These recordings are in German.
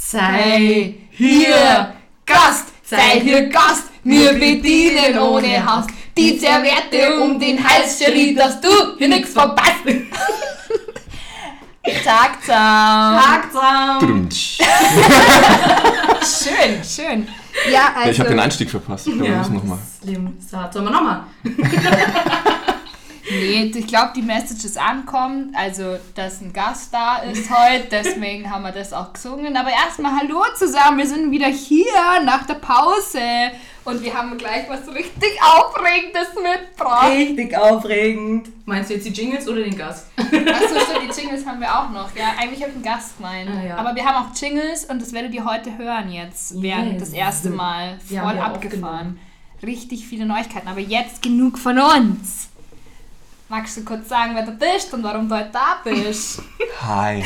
Sei hier Gast, sei hier Gast, wir bedienen ohne Hast. Die Serviette um den Hals, Cherie, dass du hier nichts verpasst. Tag zusammen. Schön. Ja, also, ich habe den Einstieg verpasst. Ich glaube, wir müssen nochmal. Sollen wir nochmal? Nee, ich glaube, die Message ist ankommen, also dass ein Gast da ist heute, deswegen haben wir das auch gesungen. Aber erstmal hallo zusammen, wir sind wieder hier nach der Pause und wir haben gleich was so richtig Aufregendes mitgebracht. Richtig aufregend. Meinst du jetzt die Jingles oder den Gast? Achso, stimmt, die Jingles haben wir auch noch. Ja, eigentlich habe ich einen Gast gemeint. Ja. Aber wir haben auch Jingles und das werdet ihr heute hören jetzt, während das erste Mal voll abgefahren. Richtig viele Neuigkeiten, aber jetzt genug von uns. Magst du kurz sagen, wer du bist und warum du heute da bist? Hi.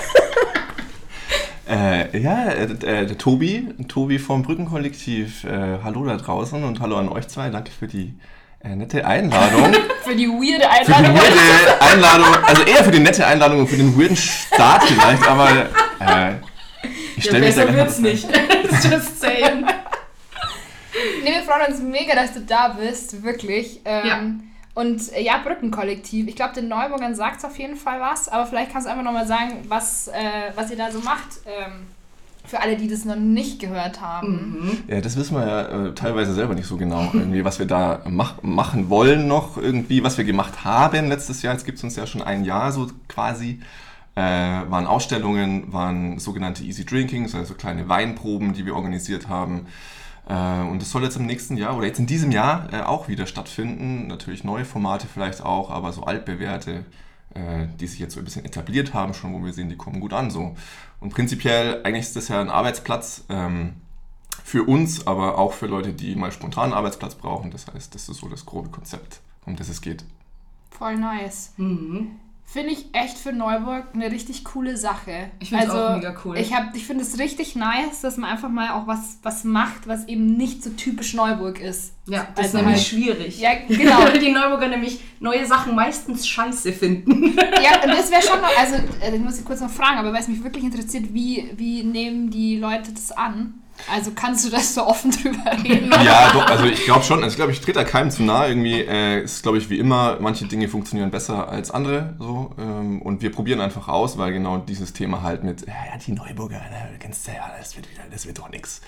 Der Tobi vom Brückenkollektiv. Hallo da draußen und hallo an euch zwei. Danke für die nette Einladung. Für die weirde Einladung. Also eher für die nette Einladung und für den weirden Start vielleicht, aber ich stelle mich da besser wird's nicht. Just saying. Nee, wir freuen uns mega, dass du da bist, wirklich. Und ja, Brückenkollektiv. Ich glaube, den Neuburgern sagt es auf jeden Fall was, aber vielleicht kannst du einfach nochmal sagen, was ihr da so macht, für alle, die das noch nicht gehört haben. Ja, das wissen wir ja teilweise selber nicht so genau, irgendwie, was wir da machen wollen noch, irgendwie, was wir gemacht haben letztes Jahr. Jetzt gibt es uns ja schon ein Jahr so quasi. Waren Ausstellungen, waren sogenannte Easy Drinkings, also kleine Weinproben, die wir organisiert haben. Und das soll jetzt im nächsten Jahr oder jetzt in diesem Jahr auch wieder stattfinden. Natürlich neue Formate vielleicht auch, aber so altbewährte, die sich jetzt so ein bisschen etabliert haben schon, wo wir sehen, die kommen gut an. So. Und prinzipiell eigentlich ist das ja ein Arbeitsplatz für uns, aber auch für Leute, die mal spontan einen Arbeitsplatz brauchen. Das heißt, das ist so das grobe Konzept, um das es geht. Voll nice. Finde ich echt für Neuburg eine richtig coole Sache. Ich finde es auch mega cool. Ich finde es richtig nice, dass man einfach mal auch was macht, was eben nicht so typisch Neuburg ist. Ja, das ist nämlich schwierig. Ja, genau. Weil die Neuburger nämlich neue Sachen meistens scheiße finden. Ja, und das wäre schon noch, also ich muss ich kurz noch fragen, aber weil es mich wirklich interessiert, wie nehmen die Leute das an? Also kannst du das so offen drüber reden? Ja, doch, also ich glaube schon, ich trete da keinem zu nahe irgendwie, ist glaube ich wie immer, manche Dinge funktionieren besser als andere, so, und wir probieren einfach aus, weil genau dieses Thema halt mit, die Neuburger, du kennst ja, das wird doch nix.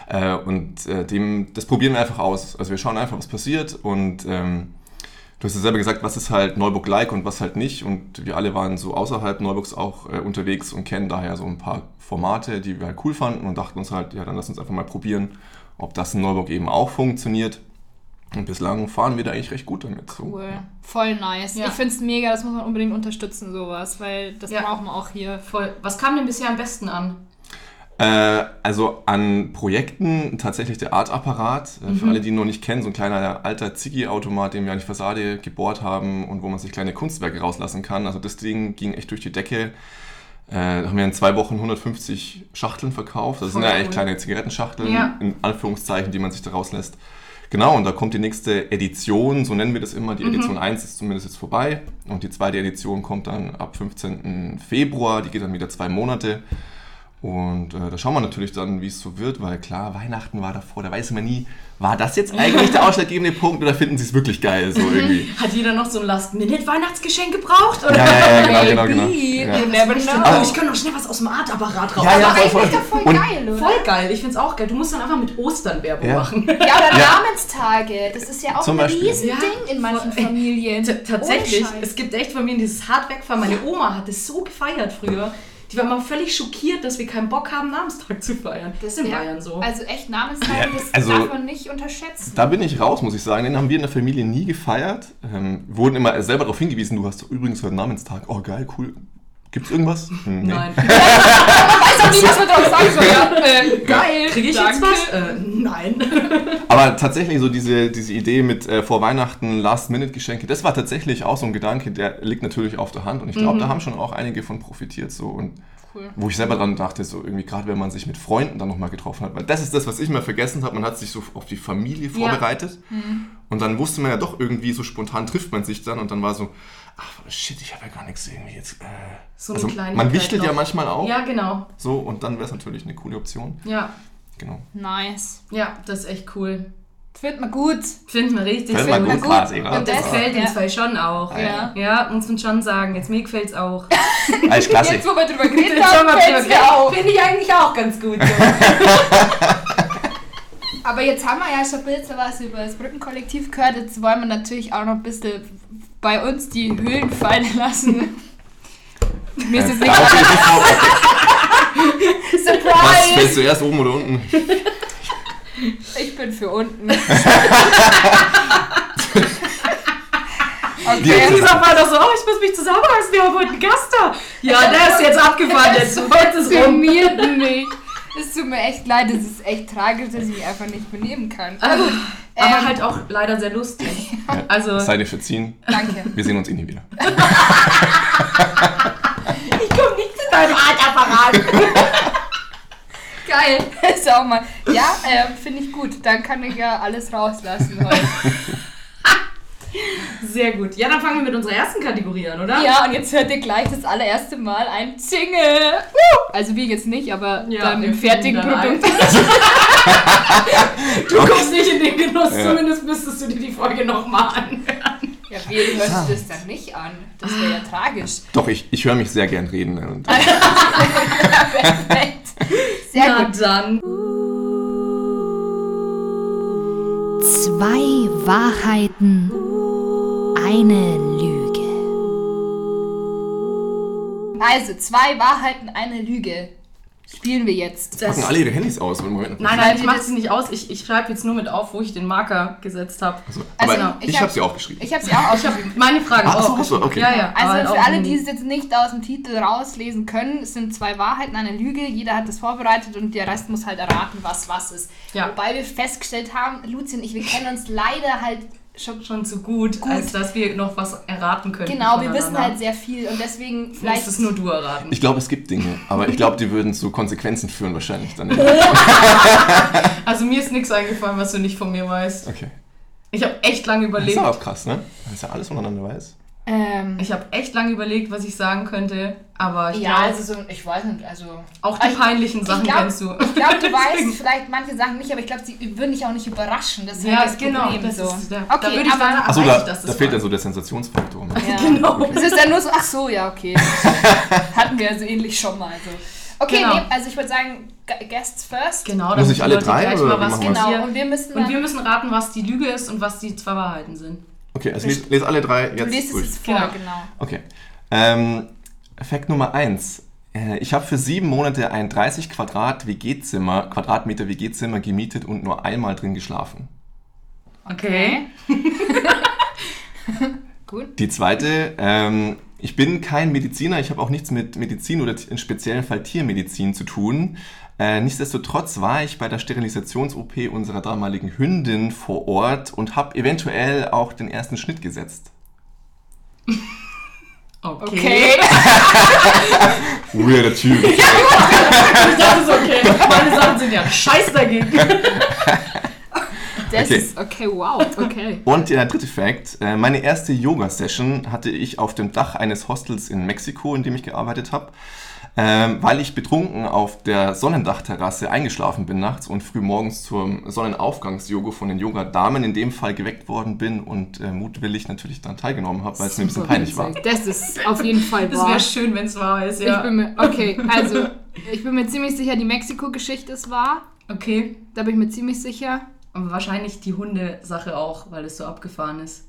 Das probieren wir einfach aus, also wir schauen einfach, was passiert und du hast ja selber gesagt, was ist halt Neuburg-like und was halt nicht. Und wir alle waren so außerhalb Neuburgs auch unterwegs und kennen daher so ein paar Formate, die wir halt cool fanden und dachten uns halt, ja, dann lass uns einfach mal probieren, ob das in Neuburg eben auch funktioniert. Und bislang fahren wir da eigentlich recht gut damit. Cool, so. Ja. Voll nice. Ja. Ich finde es mega, das muss man unbedingt unterstützen, sowas, weil das brauchen wir auch hier. Voll. Was kam denn bisher am besten an? Also an Projekten tatsächlich der Artapparat. Für alle, die ihn noch nicht kennen, so ein kleiner alter Ziggy-Automat, den wir an die Fassade gebohrt haben und wo man sich kleine Kunstwerke rauslassen kann. Also das Ding ging echt durch die Decke. Da haben wir in 2 Wochen 150 Schachteln verkauft. Das sind ja echt kleine Zigarettenschachteln, in Anführungszeichen, die man sich da rauslässt. Genau, und da kommt die nächste Edition, so nennen wir das immer. Die Edition 1 ist zumindest jetzt vorbei. Und die zweite Edition kommt dann ab 15. Februar. Die geht dann wieder 2 Monate. Und da schauen wir natürlich dann, wie es so wird, weil klar, Weihnachten war davor, da weiß man nie, war das jetzt eigentlich der ausschlaggebende Punkt oder finden sie es wirklich geil, so irgendwie. Hat jeder noch so ein Last-Minute-Weihnachtsgeschenk gebraucht? Oder? Ja, genau. Ja. Ich kann noch schnell was aus dem Artapparat raus. Ja, voll geil, oder? Voll geil, ich find's auch geil. Du musst dann einfach mit Ostern Werbung machen. Ja, oder Namenstage, das ist ja auch ein Riesending in manchen Familien. Tatsächlich, es gibt echt Familien, dieses hart wegfahren. Meine Oma hat das so gefeiert früher. Die war mal völlig schockiert, dass wir keinen Bock haben, Namenstag zu feiern. Das ist in Bayern so. Also echt Namenstage, das darf man nicht unterschätzen. Da bin ich raus, muss ich sagen. Den haben wir in der Familie nie gefeiert. Wurden immer selber darauf hingewiesen, du hast übrigens heute Namenstag. Oh geil, cool. Gibt's irgendwas? Nee. Nein. Man weiß auch nie, was man drauf sagen soll. Geil. Kriege ich jetzt was? Nein. Aber tatsächlich so diese Idee mit vor Weihnachten Last-Minute-Geschenke, das war tatsächlich auch so ein Gedanke, der liegt natürlich auf der Hand. Und ich glaube, da haben schon auch einige von profitiert. So. Und Cool. Wo ich selber dran dachte, so irgendwie gerade wenn man sich mit Freunden dann nochmal getroffen hat, weil das ist das, was ich mal vergessen habe, man hat sich so auf die Familie vorbereitet und dann wusste man ja doch irgendwie, so spontan trifft man sich dann und dann war so, ach shit, ich habe ja gar nichts irgendwie jetzt. So also eine Kleinigkeit man wichtelt noch. ja manchmal auch. Ja, genau. So, und dann wäre es natürlich eine coole Option. Ja. Genau. Nice. Ja, das ist echt cool. Findet man gut. Finden wir richtig Finden wir gut, quasi, Und das gefällt uns zwei schon auch. Ja. Ja, muss man schon sagen. Jetzt mir gefällt es auch. Alles klasse. Jetzt, wo wir drüber geredet haben, gefällt's mir auch. Finde ich eigentlich auch ganz gut. So. Aber jetzt haben wir ja schon ein bisschen was über das Brückenkollektiv gehört. Jetzt wollen wir natürlich auch noch ein bisschen bei uns die Höhlen fallen lassen. Mir ist es nicht Surprise! Was fällt zuerst, oben oder unten? Ich bin für unten. Okay. Und dieser Fall doch so, ich muss mich zusammenreißen, wir haben heute einen Gast da. Ja, der ist jetzt abgefahren, jetzt heute ist rum. Funktioniert nicht. Es tut mir echt leid, es ist echt tragisch, dass ich mich einfach nicht benehmen kann. Aber gut. Aber halt auch leider sehr lustig. Also, Sei dir verziehen. Danke. Wir sehen uns nie wieder. ich komme nicht zu deinem Artapparat. Geil. Ist auch mal. Ja, finde ich gut. Dann kann ich ja alles rauslassen heute. Sehr gut. Ja, dann fangen wir mit unserer ersten Kategorie an, oder? Ja, und jetzt hört ihr gleich das allererste Mal ein Jingle. Also wir jetzt nicht, aber dann im fertigen Produkt. Du kommst nicht in den Genuss, zumindest müsstest du dir die Folge nochmal anhören. Ja, wer hört das dann nicht an? Das wäre ja tragisch. Doch, ich höre mich sehr gern reden. Und Perfekt. Sehr gut. Dann. 2 Wahrheiten, eine Lüge. Also, 2 Wahrheiten, eine Lüge. Spielen wir jetzt. packen alle ihre Handys aus. Moment. Nein, ich mach sie nicht aus. Ich schreibe jetzt nur mit auf, wo ich den Marker gesetzt habe. Also, aber Also, ich habe sie aufgeschrieben. Ich habe sie auch aufgeschrieben. Meine Fragen auch. Achso, okay. Ja. aber Also auch für alle, ein- die es jetzt nicht aus dem Titel rauslesen können, es sind 2 Wahrheiten, eine Lüge. Jeder hat das vorbereitet und der Rest muss halt erraten, was ist. Ja. Wobei wir festgestellt haben, Luzi und ich, wir kennen uns leider halt schon zu gut, als dass wir noch was erraten können. Genau, wir wissen halt sehr viel und deswegen vielleicht... Musst es nur du erraten. Ich glaube, es gibt Dinge, aber ich glaube, die würden zu Konsequenzen führen wahrscheinlich dann. Also mir ist nichts eingefallen, was du nicht von mir weißt. Okay. Ich habe echt lange Das überlegt. ist aber auch krass, ne? Das ist ja alles voneinander weiß. Ich habe echt lange überlegt, was ich sagen könnte, aber ich ja, glaube, also so, ich weiß nicht, also... auch die peinlichen Sachen kennst du. Ich glaube, du weißt vielleicht manche Sachen nicht, aber ich glaube, sie würden dich auch nicht überraschen. Das ist Ja, halt das genau, Problem. das so. ist der- okay, da würde ich aber... sagen, Achso, weiß da, ich, dass das da fehlt war. ja so der Sensationsfaktor. Ja. Genau. Es ist dann nur so, ach so, ja, okay. Hatten wir also ähnlich schon mal. So. Okay, Genau. nee, also ich würde sagen, Guests first. Genau, Muss damit ich die alle Leute 3 gleich oder mal wie was machen wir's? von Genau, dir- und wir müssen Und dann... wir müssen raten, was die Lüge ist und was die 2 Wahrheiten sind. Okay, also lese alle 3 du jetzt liest durch. es vor, genau. Okay. Fakt Nummer 1. Ich habe für 7 Monate ein 30 Quadratmeter WG-Zimmer gemietet und nur einmal drin geschlafen. Okay. Gut. Die zweite, ich bin kein Mediziner, ich habe auch nichts mit Medizin oder im speziellen Fall Tiermedizin zu tun. Nichtsdestotrotz war ich bei der Sterilisations-OP unserer damaligen Hündin vor Ort und habe eventuell auch den ersten Schnitt gesetzt. Okay. Weirder Typ. Das ist okay. Meine Sachen sind ja scheiß dagegen. Das Okay. ist... Okay, wow, okay. Und der dritte Fact, meine erste Yoga-Session hatte ich auf dem Dach eines Hostels in Mexiko, in dem ich gearbeitet habe, weil ich betrunken auf der Sonnendachterrasse eingeschlafen bin nachts und früh morgens zum Sonnenaufgangs-Yoga von den Yoga-Damen in dem Fall geweckt worden bin und mutwillig natürlich dann teilgenommen habe, weil es mir ein bisschen peinlich war. Das ist auf jeden Fall Das wahr. wäre schön, wenn es wahr ist, ja. Ich bin mir ziemlich sicher, die Mexiko-Geschichte ist wahr. Okay. Da bin ich mir ziemlich sicher. Aber wahrscheinlich die Hundesache auch, weil es so abgefahren ist.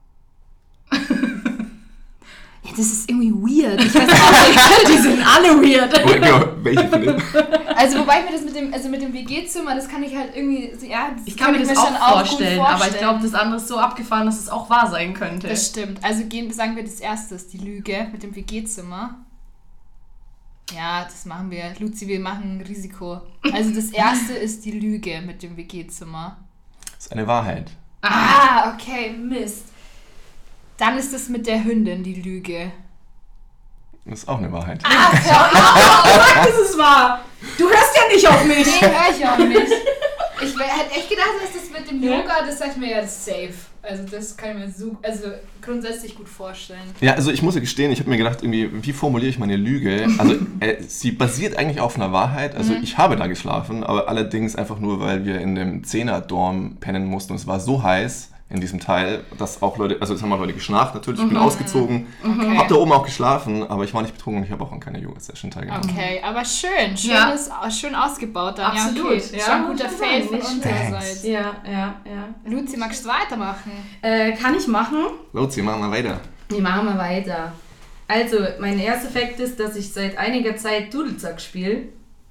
Ja, das ist irgendwie weird. Ich weiß auch nicht. Die sind alle weird. Genau, welche von denen? Also wobei mir das mit dem WG-Zimmer, das kann ich halt irgendwie, ja, das Ich kann mir das schon auch gut vorstellen, aber ich glaube, das andere ist so abgefahren, dass es auch wahr sein könnte. Das stimmt. Also sagen wir das erste, ist die Lüge mit dem WG-Zimmer. Ja, das machen wir. Luzi, wir machen Risiko. Also das erste ist die Lüge mit dem WG-Zimmer. Das ist eine Wahrheit. Ah, okay, Mist. Dann ist es mit der Hündin die Lüge. Das ist auch eine Wahrheit. Sag, dass es wahr. Du hörst ja nicht auf mich. Nee, höre ich auch nicht. Ich hätte echt gedacht, dass das mit dem Yoga, das sag ich mir ja safe. Also das kann ich mir grundsätzlich gut vorstellen. Ja, also ich muss ja gestehen, ich habe mir gedacht, irgendwie, wie formuliere ich meine Lüge? Also sie basiert eigentlich auf einer Wahrheit. Also ich habe da geschlafen, aber allerdings einfach nur, weil wir in dem 10er-Dorm pennen mussten und es war so heiß in diesem Teil, dass auch Leute, also es haben auch Leute geschnarcht natürlich, ich bin ausgezogen, habe da oben auch geschlafen, aber ich war nicht betrunken und ich habe auch an keiner Yoga-Session teilgenommen. Okay, aber schön ausgebaut dann. Absolut. Ja, okay. Schon ein guter Fail von unsererseits. Ja. Luzi, magst du weitermachen? Kann ich machen? Luzi, machen wir weiter. Wir machen mal weiter. Also, mein erster Fakt ist, dass ich seit einiger Zeit Dudelsack spiele.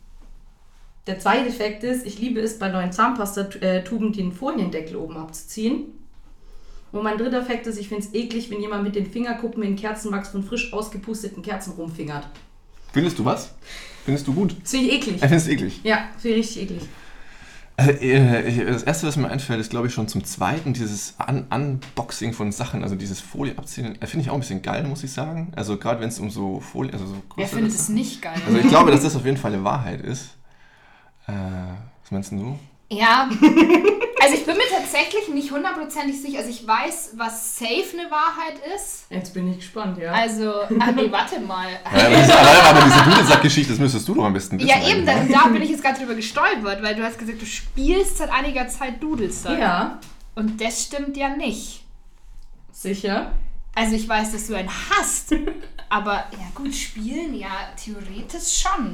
Der zweite Fakt ist, ich liebe es, bei neuen Zahnpastatuben den Foliendeckel oben abzuziehen. Und mein dritter Fakt ist, ich finde es eklig, wenn jemand mit den Fingerkuppen in Kerzenwachs von frisch ausgepusteten Kerzen rumfingert. Findest du was? Findest du gut? Das finde ich eklig. Ich finde es eklig. Ja, finde ich richtig eklig. Das erste, was mir einfällt, ist glaube ich schon zum zweiten, dieses Unboxing von Sachen, also dieses Folie abziehen, finde ich auch ein bisschen geil, muss ich sagen. Also gerade wenn es um so Folie, also so größere Wer findet es Sachen. nicht geil? Also ich glaube, dass das auf jeden Fall eine Wahrheit ist. Was meinst du? Ja, also ich bin mir tatsächlich nicht hundertprozentig sicher. Also ich weiß, was safe eine Wahrheit ist. Jetzt bin ich gespannt, ja. Also, nee, warte mal. Aber diese Dudelsack-Geschichte, das müsstest du doch am besten wissen. Ja, eben, da bin ich jetzt gerade drüber gestolpert, weil du hast gesagt, du spielst seit einiger Zeit Dudelsack. Ja. Und das stimmt ja nicht. Sicher? Also ich weiß, dass du einen hast, aber ja gut, spielen, ja, theoretisch schon.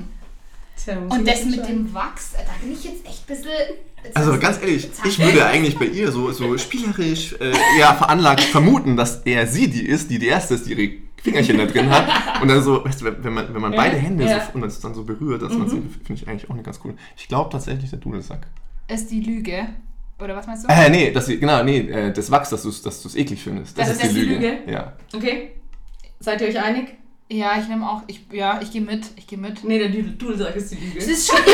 Und das mit dem Wachs, da bin ich jetzt echt ein bisschen... Also ganz ehrlich, ich würde eigentlich bei ihr so spielerisch veranlagt vermuten, dass eher sie die ist, die erste ist, die ihre Fingerchen da drin hat. Und dann so, weißt du, wenn man beide Hände so, und das dann so berührt, das finde ich eigentlich auch nicht ganz cool. Ich glaube tatsächlich, der Dudelsack ist die Lüge. Oder was meinst du? Das Wachs, dass du es eklig findest. Das ist die Lüge. Ja. Okay. Seid ihr euch einig? Ja, ich nehme auch, ich gehe mit. Nee, der Dudelsack ist die Lüge. Das ist schon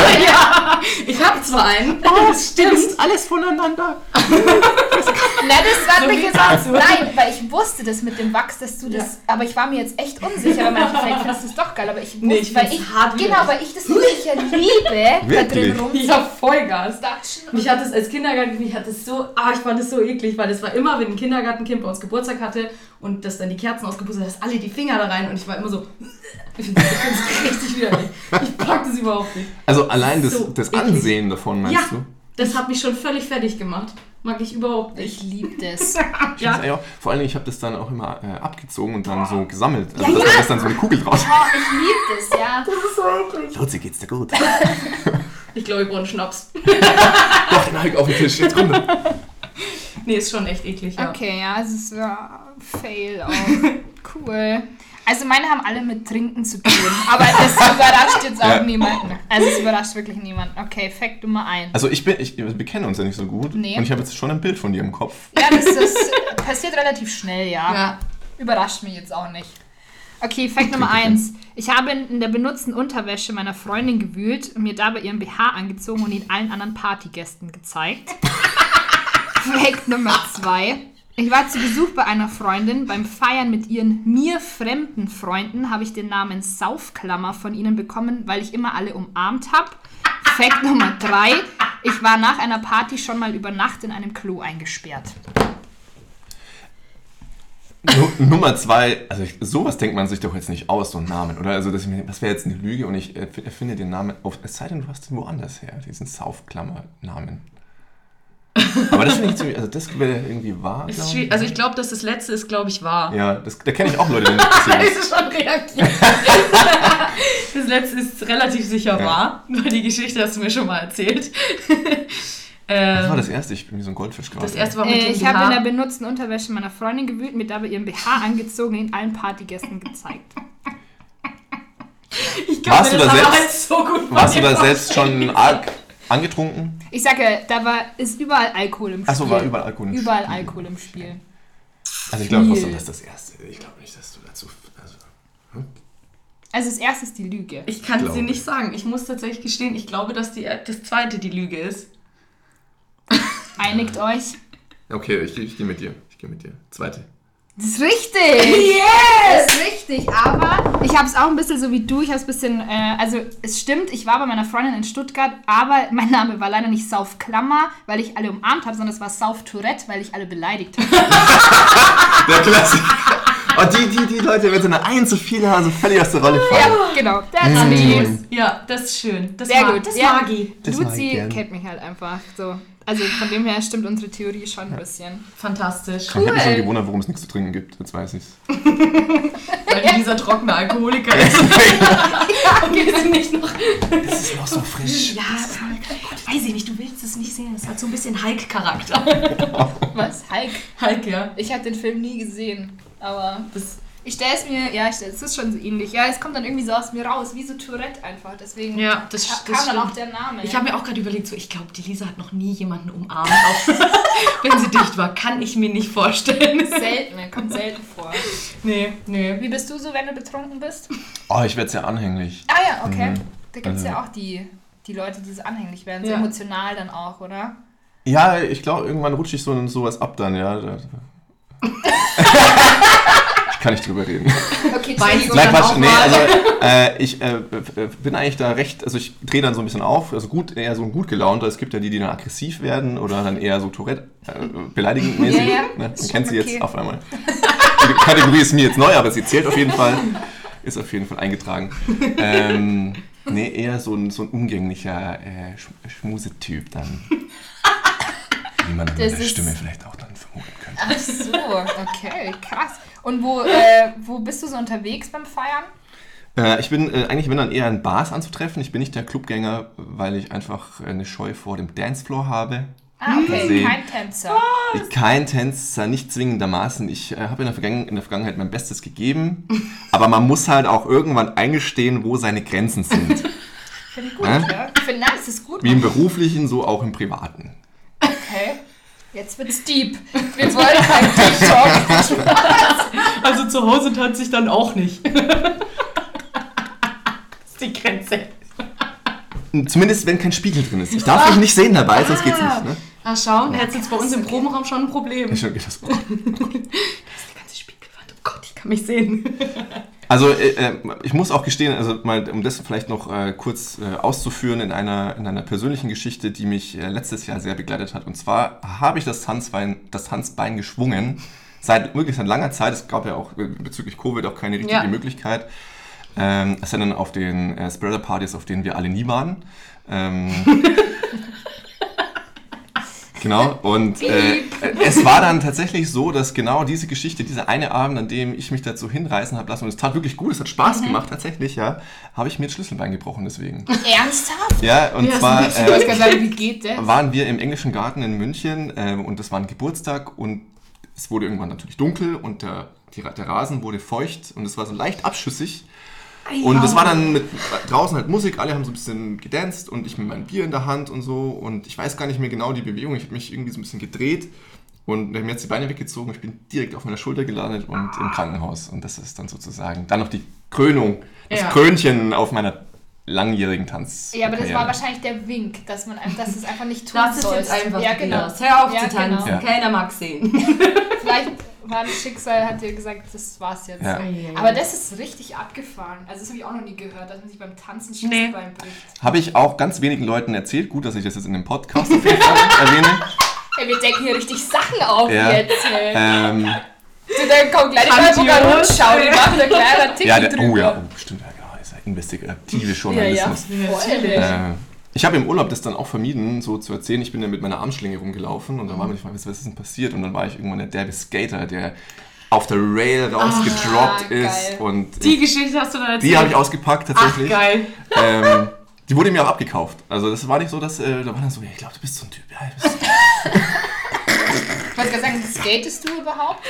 ja, ich habe zwar einen. Das stimmt. Alles voneinander. Na, das war mich jetzt auch. Nein, weil ich wusste das mit dem Wachs, dass du das. Aber ich war mir jetzt echt unsicher, weil manche vielleicht findest du es doch geil. Aber ich wusste, weil ich das wirklich ja liebe, da drin rum. Ja, Vollgas. Mich hat das als Kindergartenkind, ich fand das so eklig, weil das war immer, wenn ein Kindergartenkind bei uns Geburtstag hatte und das dann die Kerzen ausgepustet hat, dass alle die Finger da rein und ich war immer so, ich finde das richtig widerlich. Ich pack das überhaupt nicht. Also allein das Ansehen davon, meinst du? Das hat mich schon völlig fertig gemacht. Mag ich überhaupt nicht. Ich liebe das. Vor allem, ich habe das dann auch immer abgezogen und dann so gesammelt. Also da ist dann so eine Kugel draus. Oh, ich liebe das, ja. Das ist so eklig. Luzi, geht's dir gut? Ich glaube, ich brauche einen Schnaps. Doch, den Hulk auf den Tisch, jetzt komm. Nee, ist schon echt eklig, ja. Okay, ja, es ist Fail auch. Cool. Also meine haben alle mit Trinken zu tun, aber das überrascht jetzt auch niemanden. Also es überrascht wirklich niemanden. Okay, Fact Nummer 1. Also wir bekennen uns ja nicht so gut und ich habe jetzt schon ein Bild von dir im Kopf. Ja, das passiert relativ schnell, ja. Überrascht mich jetzt auch nicht. Okay, Fact Nummer 1. Ich habe in der benutzten Unterwäsche meiner Freundin gewühlt und mir dabei ihren BH angezogen und ihn allen anderen Partygästen gezeigt. Fact Nummer 2. Ich war zu Besuch bei einer Freundin. Beim Feiern mit ihren mir fremden Freunden habe ich den Namen Saufklammer von ihnen bekommen, weil ich immer alle umarmt habe. Fact Nummer 3. Ich war nach einer Party schon mal über Nacht in einem Klo eingesperrt. Nummer 2, also sowas denkt man sich doch jetzt nicht aus, so einen Namen, oder? Also das wäre jetzt eine Lüge und ich erfinde den Namen, es sei denn, du hast den woanders her, diesen Saufklammer-Namen. Aber das finde ich ziemlich, also das wäre irgendwie wahr. Also ich glaube, dass das letzte ist, glaube ich, wahr. Ja, da kenne ich auch Leute, die das passieren. Das ist schon reagiert. Das letzte ist relativ sicher wahr, weil die Geschichte hast du mir schon mal erzählt. Was war das erste? Ich bin wie so ein Goldfisch gerade. Das erste war mit dem Ich habe in der benutzten Unterwäsche meiner Freundin gewühlt, mir dabei ihren BH angezogen und ihn allen Partygästen gezeigt. Ich glaube, das aber halt so gut. Warst du da selbst schon arg angetrunken? Ich sage, ist überall Alkohol im Spiel. Achso, war überall Alkohol im Spiel. Überall Alkohol im Spiel. Also ich glaube trotzdem, dass das erste. Ich glaube nicht, dass du dazu... Also das erste ist die Lüge. Ich kann es dir nicht sagen. Ich muss tatsächlich gestehen, ich glaube, dass das zweite die Lüge ist. Einigt euch. Okay, ich gehe mit dir. Zweite. Das ist richtig! Yes! Das ist richtig, aber ich habe es auch ein bisschen so wie du. Ich habe es ein bisschen, also es stimmt, ich war bei meiner Freundin in Stuttgart, aber mein Name war leider nicht Sauf Klammer, weil ich alle umarmt habe, sondern es war Sauf Tourette, weil ich alle beleidigt habe. Der Klassiker. Und die Leute, wenn sie eine 1 zu viel haben, so völlig aus der Rolle fallen. Ja, genau. That's me. Ja, das ist schön. Das Sehr mag, gut. Das Ja. mag ich. Luzi kennt mich halt einfach so. Also von dem her stimmt unsere Theorie schon ein bisschen. Fantastisch. Ich habe mich schon gewundert, warum es nichts zu trinken gibt. Jetzt weiß ich's. Weil dieser trockene Alkoholiker ist. Okay, wir sind nicht noch... Das ist noch so frisch. Ja, weiß ich nicht, du willst es nicht sehen. Es hat so ein bisschen Hulk-Charakter. Was? Hulk? Hulk, ja. Ich habe den Film nie gesehen, aber ich stelle es mir, es ist schon so ähnlich. Ja, es kommt dann irgendwie so aus mir raus, wie so Tourette einfach. Deswegen Ja, das kam dann stimmt. auch der Name. Ich habe mir auch gerade überlegt, so, ich glaube, die Lisa hat noch nie jemanden umarmt, auch wenn sie dicht war. Kann ich mir nicht vorstellen. Selten, kommt selten vor. Nee. Wie bist du so, wenn du betrunken bist? Oh, ich werde sehr anhänglich. Ah ja, okay. Da gibt es ja auch die Leute, die so anhänglich werden, so emotional dann auch, oder? Ja, ich glaube, irgendwann rutsche ich sowas ab dann, ja. Ich kann nicht drüber reden. Okay, Entschuldigung. Nein, Quatsch, nee, also ich bin eigentlich da recht, also ich drehe dann so ein bisschen auf, also eher so ein gut gelaunter. Es gibt ja die dann aggressiv werden oder dann eher so Tourette, beleidigend mäßig. Ja. Ne? Man kennt sie jetzt auf einmal. Die Kategorie ist mir jetzt neu, aber sie zählt auf jeden Fall. Ist auf jeden Fall eingetragen. Nee, eher so ein umgänglicher Schmusetyp dann. Wie man an der Stimme vielleicht auch dann vermuten könnte. Ach so, okay, krass. Und wo bist du so unterwegs beim Feiern? Ich bin eigentlich, wenn dann eher in Bars anzutreffen. Ich bin nicht der Clubgänger, weil ich einfach eine Scheu vor dem Dancefloor habe. Ah, okay, Also, kein Tänzer. Kein Tänzer, nicht zwingendermaßen. Ich habe in der Vergangenheit mein Bestes gegeben, aber man muss halt auch irgendwann eingestehen, wo seine Grenzen sind. Finde ich gut, ja. Ich finde, das ist gut. Wie im Beruflichen, so auch im Privaten. Okay, jetzt wird's deep. Wir wollen keinen Deep Talk. Also zu Hause tanze ich dann auch nicht. Das ist die Grenze. Zumindest, wenn kein Spiegel drin ist. Ich darf mich nicht sehen dabei, sonst geht's nicht. Ne? Ah, schau, er hat jetzt bei uns im Probenraum schon ein Problem. Das ist Das ist die ganze Spiegelwand. Oh Gott, ich kann mich sehen. Also ich muss auch gestehen, also mal, um das vielleicht noch kurz auszuführen in einer persönlichen Geschichte, die mich letztes Jahr sehr begleitet hat. Und zwar habe ich das Tanzbein geschwungen, wirklich seit langer Zeit. Es gab ja auch bezüglich Covid auch keine richtige Möglichkeit. Es sind dann auf den Spreader-Partys, auf denen wir alle nie waren. Genau, und es war dann tatsächlich so, dass genau diese Geschichte, dieser eine Abend, an dem ich mich dazu hinreißen habe lassen, und es tat wirklich gut, es hat Spaß gemacht, tatsächlich, ja, habe ich mir das Schlüsselbein gebrochen deswegen. Ernsthaft? Ja, und zwar Ich weiß gar nicht, wie geht das? waren wir im Englischen Garten in München und das war ein Geburtstag und es wurde irgendwann natürlich dunkel und der Rasen wurde feucht und es war so leicht abschüssig. Und das war dann draußen halt Musik, alle haben so ein bisschen gedanced und ich mit meinem Bier in der Hand und so und ich weiß gar nicht mehr genau die Bewegung, ich habe mich irgendwie so ein bisschen gedreht und mir jetzt die Beine weggezogen, ich bin direkt auf meiner Schulter gelandet und im Krankenhaus und das ist dann sozusagen dann noch die Krönung, das Krönchen auf meiner langjährigen Tanz. Ja, aber das war wahrscheinlich der Wink, dass es einfach nicht tun Das ist soll. jetzt einfach genau. Hör auf zu genau. tanzen, keiner mag sehen. Vielleicht war das Schicksal, hat dir gesagt, das war's jetzt. Ja. Aber das ist richtig abgefahren. Also das habe ich auch noch nie gehört, dass man sich beim Tanzen Schicksbein bricht. Habe ich auch ganz wenigen Leuten erzählt. Gut, dass ich das jetzt in dem Podcast auf jeden Fall erwähne. Ey, wir decken hier richtig Sachen auf jetzt. Dann kommt gleich die Neuburger Rundschau, die machen da gleich einen Artikel drüber. Stimmt, ja genau. Das ist ja investigative Journalismus. Ja, ich habe im Urlaub das dann auch vermieden, so zu erzählen. Ich bin ja mit meiner Armschlinge rumgelaufen und dann war mir die Frage, was ist denn passiert? Und dann war ich irgendwann der derbe Skater, der auf der Rail rausgedroppt ist. Und die Geschichte hast du dann erzählt? Die habe ich ausgepackt tatsächlich. Ach, geil. Die wurde mir auch abgekauft. Also das war nicht so, dass da war dann so, ich glaube, du bist so ein Typ. Ja, ich wollte gerade sagen, skatest du überhaupt?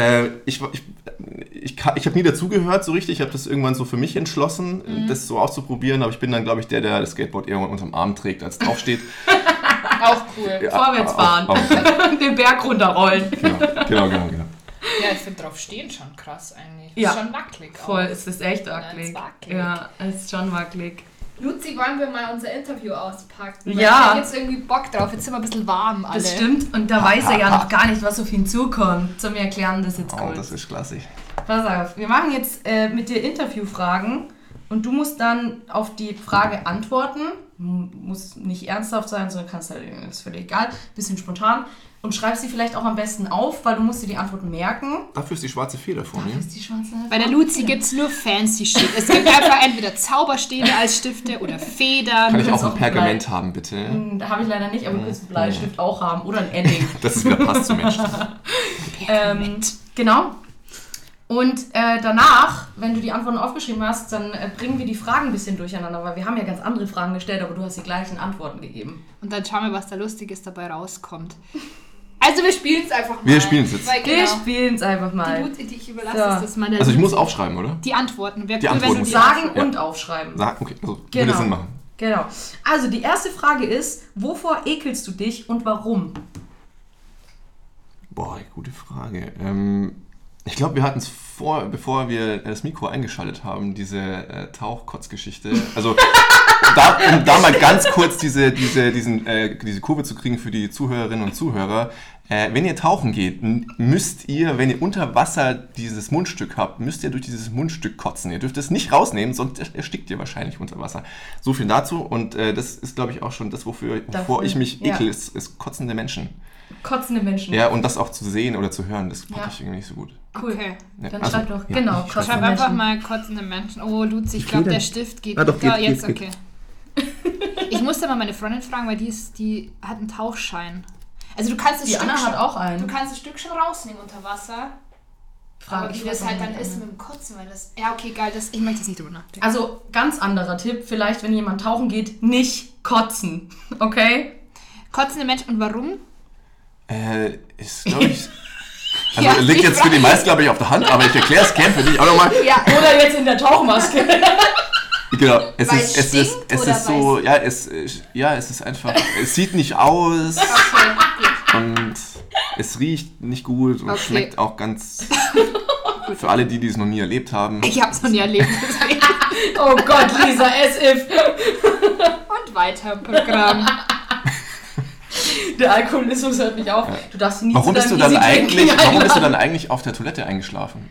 Ich habe nie dazugehört so richtig. Ich habe das irgendwann so für mich entschlossen, das so auszuprobieren. Aber ich bin dann, glaube ich, der das Skateboard irgendwann unterm Arm trägt, als es draufsteht. Auch cool. Ja, vorwärts fahren. Den Berg runterrollen. Genau. Ja, ich finde drauf stehen schon krass eigentlich. Ja. Ist schon wackelig. Voll, es ist echt wackelig. Ja, es ist wackelig. Ja, es ist schon wackelig. Luzi, wollen wir mal unser Interview auspacken? Ja. Ich hab jetzt irgendwie Bock drauf. Jetzt sind wir ein bisschen warm alle. Das stimmt. Und da weiß er ja noch gar nicht, was auf ihn zukommt. Zum Erklären das jetzt kurz. Das ist klasse. Pass auf, wir machen jetzt mit dir Interviewfragen und du musst dann auf die Frage antworten. Muss nicht ernsthaft sein, sondern kannst halt, ist völlig egal, bisschen spontan. Und schreib sie vielleicht auch am besten auf, weil du musst dir die Antworten merken. Dafür ist die schwarze Feder vor mir. Bei der Luzi gibt es nur fancy Shit. Es gibt einfach entweder Zauberstäbe als Stifte oder Federn. Kann ich auch ein Pergament haben, bitte? Da habe ich leider nicht, aber du kannst einen Bleistift auch haben oder ein Edding. Das ist wieder passt zum Menschen. Genau. Und danach, wenn du die Antworten aufgeschrieben hast, dann bringen wir die Fragen ein bisschen durcheinander, weil wir haben ja ganz andere Fragen gestellt, aber du hast die gleichen Antworten gegeben. Und dann schauen wir, was da Lustiges dabei rauskommt. Also wir spielen es einfach mal. Wir spielen es jetzt. Wir spielen es einfach mal. Die Luzi, die ich überlasse, ist mal der Also ich Luzi. muss aufschreiben, oder? Die Antworten. Die Antworten. Sagen und aufschreiben. Sagen, okay. Also würde Sinn machen. Genau. Also die erste Frage ist, wovor ekelst du dich und warum? Boah, gute Frage. Ich glaube, wir hatten es bevor wir das Mikro eingeschaltet haben, diese Tauchkotzgeschichte. Also, um da mal ganz kurz diese Kurve zu kriegen für die Zuhörerinnen und Zuhörer. Wenn ihr tauchen geht, müsst ihr, wenn ihr unter Wasser dieses Mundstück habt, müsst ihr durch dieses Mundstück kotzen. Ihr dürft es nicht rausnehmen, sonst erstickt ihr wahrscheinlich unter Wasser. So viel dazu. Und das ist, glaube ich, auch schon das, wovor ich mich ekel, ist kotzende Menschen. Kotzende Menschen. Ja, und das auch zu sehen oder zu hören, das packe ich irgendwie nicht so gut. Cool. Okay. Ja, Dann also, schreib doch, ja. genau, Schreib kotzende einfach Menschen. mal kotzende Menschen. Oh, Luzi, ich glaube, der Stift geht. Doch, geht, jetzt, geht. okay. Ich musste mal meine Freundin fragen, weil die hat einen Tauchschein. Also du kannst das Die Stück Anna schon, hat auch einen. Du kannst das Stück schon rausnehmen unter Wasser. Aber wie das halt dann ist mit dem Kotzen, weil das... Ja, okay, geil, ich möchte das nicht drüber nachdenken. Also, ganz anderer Tipp, vielleicht, wenn jemand tauchen geht, nicht kotzen, okay? Kotzende Menschen, und warum? Ist, glaube ich... Also liegt jetzt für die meisten, glaube ich, auf der Hand, aber ich erkläre es gern für dich auch nochmal. Ja, oder jetzt in der Tauchmaske. Genau, es ist einfach, es sieht nicht aus und es riecht nicht gut und schmeckt auch ganz, für alle, die es noch nie erlebt haben. Ich habe es noch nie erlebt. Oh Gott, Lisa, as if. Und weiter Programm. Der Alkoholismus hört nicht auf. Du darfst nie Warum bist du dann eigentlich auf der Toilette eingeschlafen?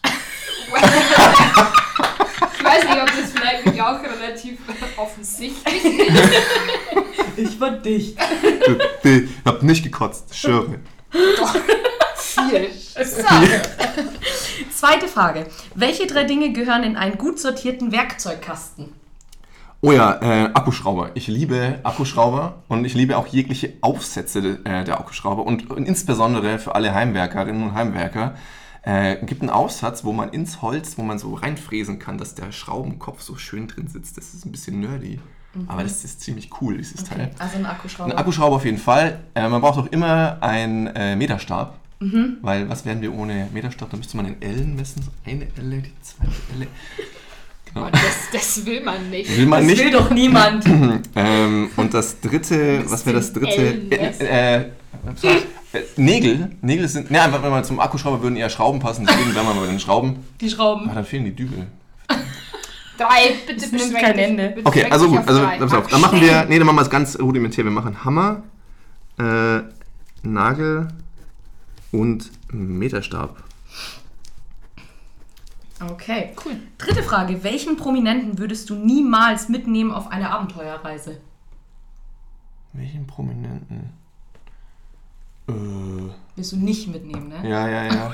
Ich weiß nicht, ob das vielleicht nicht auch relativ offensichtlich ist. Ich war dicht. Ich hab nicht gekotzt, schwöre. Doch, viel. So. Zweite Frage. Welche 3 Dinge gehören in einen gut sortierten Werkzeugkasten? Oh ja, Akkuschrauber. Ich liebe Akkuschrauber und ich liebe auch jegliche Aufsätze der Akkuschrauber und insbesondere für alle Heimwerkerinnen und Heimwerker. Gibt einen Aufsatz, wo man ins Holz, wo man so reinfräsen kann, dass der Schraubenkopf so schön drin sitzt. Das ist ein bisschen nerdy, aber das ist ziemlich cool, dieses Teil. Also ein Akkuschrauber. Ein Akkuschrauber auf jeden Fall. Man braucht auch immer einen Meterstab, weil was wären wir ohne Meterstab? Da müsste man in Ellen messen. So eine Elle, die zweite Elle. Genau. Das will man nicht. Will man das nicht. will doch niemand. Und das dritte, was wäre das dritte? Nägel sind, einfach wenn man zum Akkuschrauber würden eher Schrauben passen, deswegen bleiben wir bei den Schrauben. Die Schrauben. Ah, dann fehlen die Dübel. 3, bitte Das nimmt beschränk kein dich. Ende. Bitte Okay, beschränk also dich gut, auf also 3. pass auf, dann machen wir es ganz rudimentär. Wir machen Hammer, Nagel und Meterstab. Okay, cool. Dritte Frage. Welchen Prominenten würdest du niemals mitnehmen auf eine Abenteuerreise? Welchen Prominenten? Willst du nicht mitnehmen, ne? Ja.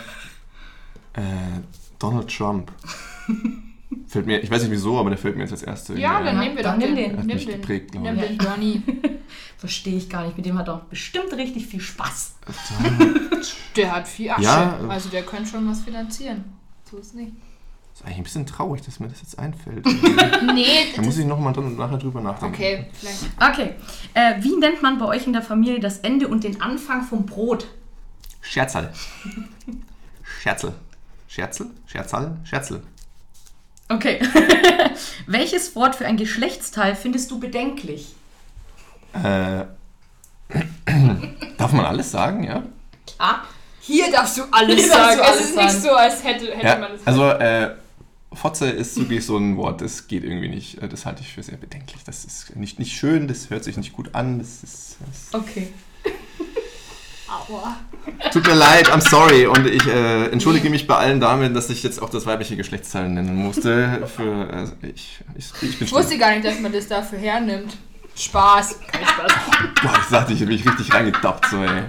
Donald Trump. Fällt mir, ich weiß nicht wieso, aber der fällt mir jetzt als Erste. Ja, dann nehmen wir dann doch nimm den. den. Hat mich geprägt, glaube Nimm den Johnny. Verstehe ich gar nicht. Mit dem hat er bestimmt richtig viel Spaß. Der hat viel Asche. Ja. Also der könnte schon was finanzieren. So ist nicht. Das ist eigentlich ein bisschen traurig, dass mir das jetzt einfällt. Nee. Da muss ich nochmal nachher drüber nachdenken. Okay, vielleicht. Okay. Wie nennt man bei euch in der Familie das Ende und den Anfang vom Brot? Scherzerl. Scherzel. Scherzel. Okay. Welches Wort für ein Geschlechtsteil findest du bedenklich? Darf man alles sagen, ja? Ah, Hier darfst du alles Hier darfst sagen. du Es alles ist nicht sagen. so, als hätte Ja, man das. also Fotze ist wirklich so ein Wort, das geht irgendwie nicht. Das halte ich für sehr bedenklich. Das ist nicht schön, das hört sich nicht gut an. Das Okay. Aua. Tut mir leid, I'm sorry. Und ich entschuldige mich bei allen Damen, dass ich jetzt auch das weibliche Geschlechtsteil nennen musste. Ich bin Ich wusste gar nicht, dass man das dafür hernimmt. Spaß. Kein Spaß. Boah, ich sagte, ich habe mich richtig reingedappt, so, ey.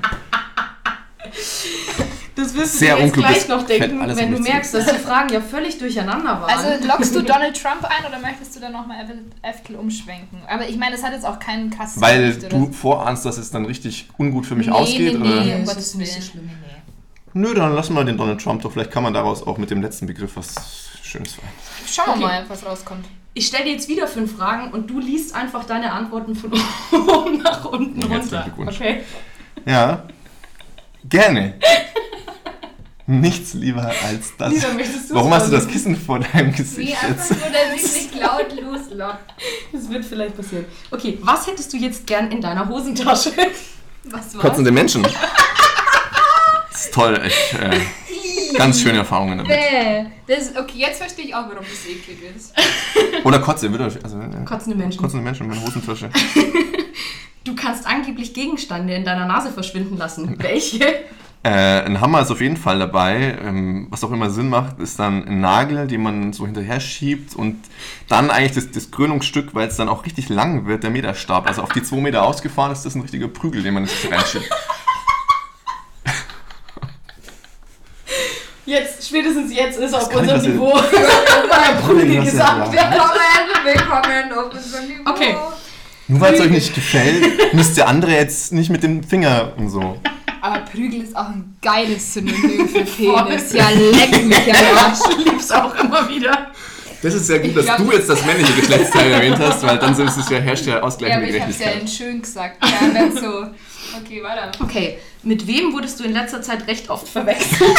Das wirst du Sehr dir jetzt unkluges gleich noch denken, Fett, alles wenn du um mich merkst, dass die Fragen ja völlig durcheinander waren. Also loggst du Donald Trump ein oder möchtest du dann nochmal Eftel umschwenken? Aber ich meine, das hat jetzt auch keinen krassen Weil Gewicht, du oder? vorahnst, dass es dann richtig ungut für mich ausgeht? Nee, oder? um das Gottes ist nicht so Willen. schlimm. Nö, dann lassen wir den Donald Trump doch. Vielleicht kann man daraus auch mit dem letzten Begriff was Schönes finden. Schauen wir mal, was rauskommt. Ich stelle dir jetzt wieder 5 Fragen und du liest einfach deine Antworten von oben nach unten Herzlichen runter. Glückwunsch. Okay? Ja, gerne. Nichts lieber als das. Lisa, möchtest du Warum hast du das vorlesen? Kissen vor deinem Gesicht jetzt? nur, dass ich nicht laut loslockt. Das wird vielleicht passieren. Okay, was hättest du jetzt gern in deiner Hosentasche? Was war's? Kotzende Menschen. Das ist toll, ganz schöne Erfahrungen damit. Okay, jetzt verstehe ich auch, warum das eklig ist. Oder Kotze, Kotzende Menschen. Kotzende Menschen in meiner Hosentasche. Du kannst angeblich Gegenstände in deiner Nase verschwinden lassen. Welche? Ein Hammer ist auf jeden Fall dabei. Was auch immer Sinn macht, ist dann ein Nagel, den man so hinterher schiebt und dann eigentlich das Krönungsstück, weil es dann auch richtig lang wird, der Meterstab. Also auf die 2 Meter ausgefahren ist das ein richtiger Prügel, den man sich reinschiebt. Spätestens jetzt ist auf kann ich unserem das Niveau ein Prügel gesagt. Willkommen auf unserem Niveau. Okay. Nur weil es euch nicht gefällt, müsst ihr andere jetzt nicht mit dem Finger und so. Aber Prügel ist auch ein geiles Synonym für Penis. Ja, leck mich am Arsch. Ich lieb's auch immer wieder. Das ist sehr gut, dass du jetzt das männliche Geschlechtsteil erwähnt hast, weil dann herrscht ja Ja, ausgleichende aber ich hab's ja Gerechtigkeit. in schön gesagt. Ja, nicht so. Okay, weiter. Okay, mit wem wurdest du in letzter Zeit recht oft verwechselt?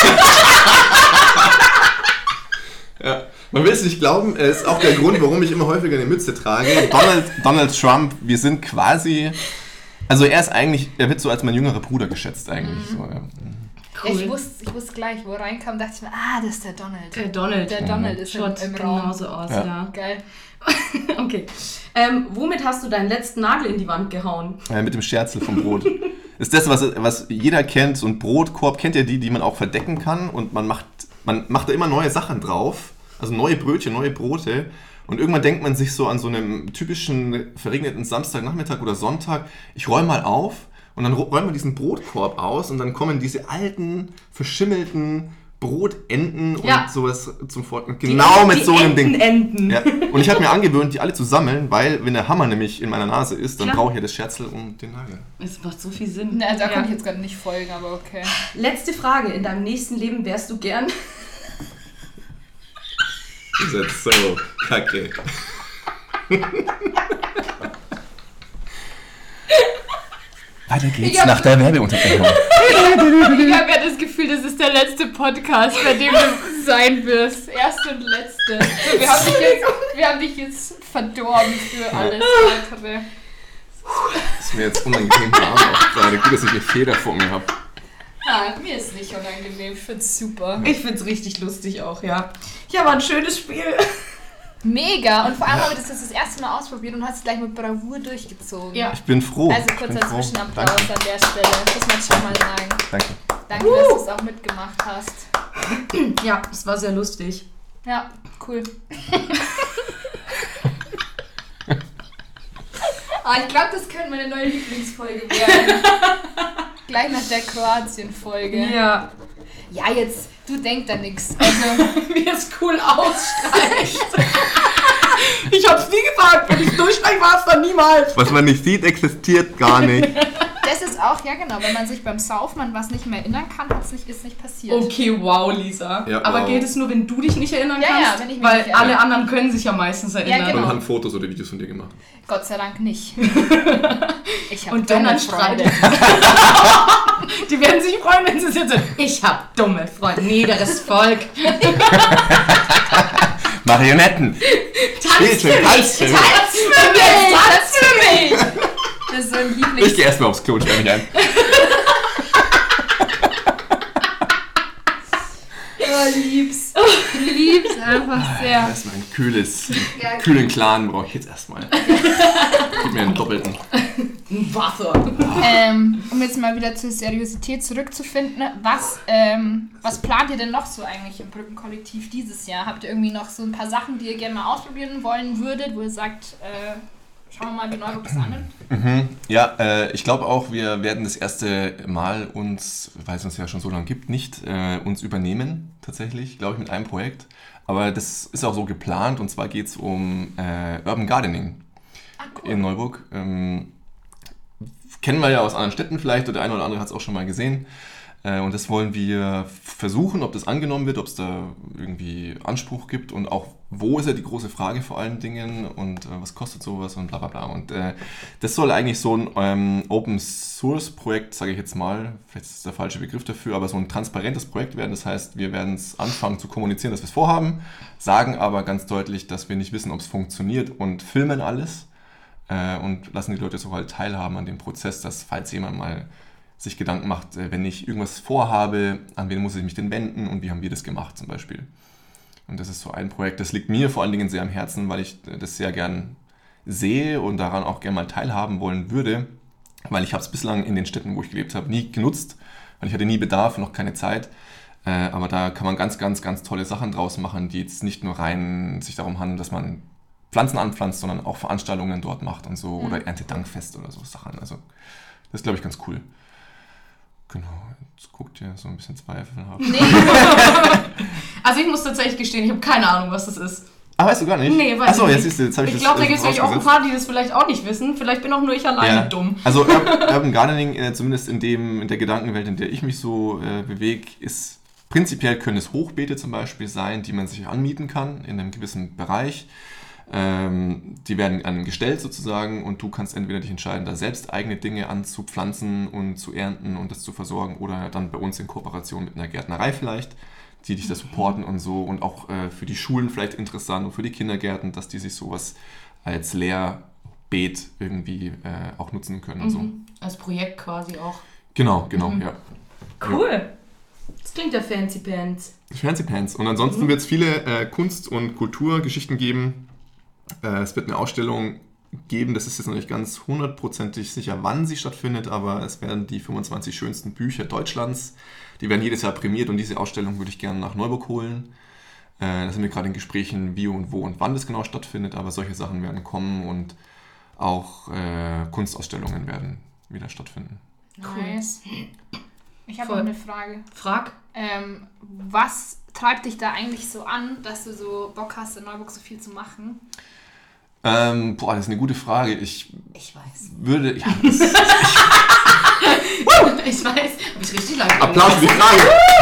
Ja. Man will es nicht glauben, ist auch der Grund, warum ich immer häufiger eine Mütze trage. Donald Trump, wir sind quasi... Also er wird so als mein jüngerer Bruder geschätzt eigentlich. So, ja. Cool. Ich wusste gleich, wo er reinkam, dachte ich mir, das ist der Donald. Der Donald ist schaut im Raum. genauso aus, Ja. ja. Geil. Okay. Womit hast du deinen letzten Nagel in die Wand gehauen? Mit dem Scherzel vom Brot. Ist das, was jeder kennt, so ein Brotkorb, kennt ihr die man auch verdecken kann und man macht da immer neue Sachen drauf, also neue Brötchen, neue Brote und irgendwann denkt man sich so an so einem typischen verregneten Samstagnachmittag oder Sonntag, ich räume mal auf und dann räumen wir diesen Brotkorb aus und dann kommen diese alten, verschimmelten Brotenden und sowas zum Vorteil. Genau mit so einem Ding. Enden. Ja. Und ich habe mir angewöhnt, die alle zu sammeln, weil wenn der Hammer nämlich in meiner Nase ist, dann Klar. brauche ich ja das Scherzel und den Nagel. Es macht so viel Sinn. Na, da konnte ich jetzt gerade nicht folgen, aber okay. Letzte Frage. In deinem nächsten Leben wärst du gern... Das ist jetzt so kacke. Weiter geht's nach der Werbeunterbrechung. Ich habe ja das Gefühl, das ist der letzte Podcast, bei dem du sein wirst. Erste und letzte. So, wir haben dich jetzt verdorben für alles Weitere. Das ist mir jetzt unangenehm warm auch gerade. Gut, dass ich eine Feder vor mir habe. Ja, mir ist nicht unangenehm. Ich find's super. Ich find's richtig lustig auch, ja. Ja, war ein schönes Spiel. Mega. Und vor allem habe ich das erste Mal ausprobiert und hast es gleich mit Bravour durchgezogen. Ja. Ich bin froh. Also kurzer Zwischenapplaus Danke. an der Stelle. Muss man schon mal sagen. Danke. Danke, dass du es auch mitgemacht hast. Ja, es war sehr lustig. Ja, cool. Ich glaube, das könnte meine neue Lieblingsfolge werden. Gleich nach der Kroatien-Folge. Ja. Ja, jetzt, du denk da nix. Also, Wie es cool ausstreicht. Ich hab's nie gesagt. Wenn ich durchstreich, war es dann niemals. Was man nicht sieht, existiert gar nicht. das ist auch, ja genau, wenn man sich beim Saufen an was nicht mehr erinnern kann, ist nicht passiert. Okay, wow, Lisa. Ja, Aber wow. gilt es nur, wenn du dich nicht erinnern Ja, kannst? ja, wenn ich mich Weil nicht erinnere. alle anderen können sich ja meistens erinnern. genau. Und haben Fotos oder Videos von dir gemacht. Gott sei Dank nicht. Ich hab Und wenn dann Freunde. Die werden sich freuen, wenn sie es jetzt sagen. Ich hab dumme Freunde. Niederes Volk. Marionetten! Tanz für mich! Tanz für mich! Tanz für mich! Tanz für mich! Das ist so ein Ich Lieblings... gehe erstmal aufs Klo und stell mich ein. Oh, lieb's. Lieb's einfach sehr. Erstmal ein kühlen Clan brauche ich jetzt erstmal. Gib mir einen doppelten. Wasser. Um jetzt mal wieder zur Seriosität zurückzufinden, was plant ihr denn noch so eigentlich im Brückenkollektiv dieses Jahr? Habt ihr irgendwie noch so ein paar Sachen, die ihr gerne mal ausprobieren wollen würdet, wo ihr sagt, schauen wir mal, wie Neuburg das annimmt? Ja, ich glaube auch, wir werden das erste Mal uns, weil es uns ja schon so lange gibt, nicht uns übernehmen, tatsächlich, glaube ich, mit einem Projekt. Aber das ist auch so geplant, und zwar geht es um Urban Gardening in Neuburg. Kennen wir ja aus anderen Städten vielleicht, oder der eine oder andere hat es auch schon mal gesehen. Und das wollen wir versuchen, ob das angenommen wird, ob es da irgendwie Anspruch gibt und auch, wo ist ja die große Frage vor allen Dingen und was kostet sowas und bla bla bla. Und das soll eigentlich so ein Open-Source-Projekt, sage ich jetzt mal, vielleicht ist das der falsche Begriff dafür, aber so ein transparentes Projekt werden. Das heißt, wir werden es anfangen zu kommunizieren, dass wir es vorhaben, sagen aber ganz deutlich, dass wir nicht wissen, ob es funktioniert und filmen alles und lassen die Leute so halt teilhaben an dem Prozess, dass falls jemand mal sich Gedanken macht, wenn ich irgendwas vorhabe, an wen muss ich mich denn wenden und wie haben wir das gemacht zum Beispiel. Und das ist so ein Projekt, das liegt mir vor allen Dingen sehr am Herzen, weil ich das sehr gern sehe und daran auch gerne mal teilhaben wollen würde, weil ich habe es bislang in den Städten, wo ich gelebt habe, nie genutzt, weil ich hatte nie Bedarf, noch keine Zeit. Aber da kann man ganz, ganz, ganz tolle Sachen draus machen, die jetzt nicht nur rein sich darum handeln, dass man Pflanzen anpflanzt, sondern auch Veranstaltungen dort macht und so oder Erntedankfest oder so Sachen. Also das ist, glaube ich, ganz cool. Genau, jetzt guckt ihr so ein bisschen zweifelhaft. Nee. Also ich muss tatsächlich gestehen, ich habe keine Ahnung, was das ist. Ah, weißt du gar nicht? Nee, weiß ich nicht. Jetzt siehst du, jetzt habe ich glaube, da gibt es vielleicht auch ein paar, die das vielleicht auch nicht wissen. Vielleicht bin auch nur ich alleine dumm. Also Urban Gardening, zumindest in der Gedankenwelt, in der ich mich so bewege, ist prinzipiell können es Hochbeete zum Beispiel sein, die man sich anmieten kann in einem gewissen Bereich. Die werden einem gestellt sozusagen und du kannst entweder dich entscheiden, da selbst eigene Dinge anzupflanzen und zu ernten und das zu versorgen oder dann bei uns in Kooperation mit einer Gärtnerei vielleicht, die dich da supporten und so und auch für die Schulen vielleicht interessant und für die Kindergärten, dass die sich sowas als Lehrbeet irgendwie auch nutzen können. Und so. Als Projekt quasi auch. Genau, ja. Cool. Ja. Das klingt ja Fancy Pants. Fancy Pants. Und ansonsten wird es viele Kunst- und Kulturgeschichten geben. Es wird eine Ausstellung geben, das ist jetzt noch nicht ganz 100% sicher, wann sie stattfindet, aber es werden die 25 schönsten Bücher Deutschlands, die werden jedes Jahr prämiert und diese Ausstellung würde ich gerne nach Neuburg holen. Da sind wir gerade in Gesprächen, wie und wo und wann das genau stattfindet, aber solche Sachen werden kommen und auch Kunstausstellungen werden wieder stattfinden. Nice. Ich habe noch eine Frage. Frag. Was treibt dich da eigentlich so an, dass du so Bock hast, in Neuburg so viel zu machen? Das ist eine gute Frage. Ich weiß. Würde... Ja, ich weiß. Hab ich richtig lange Applaus für die Frage.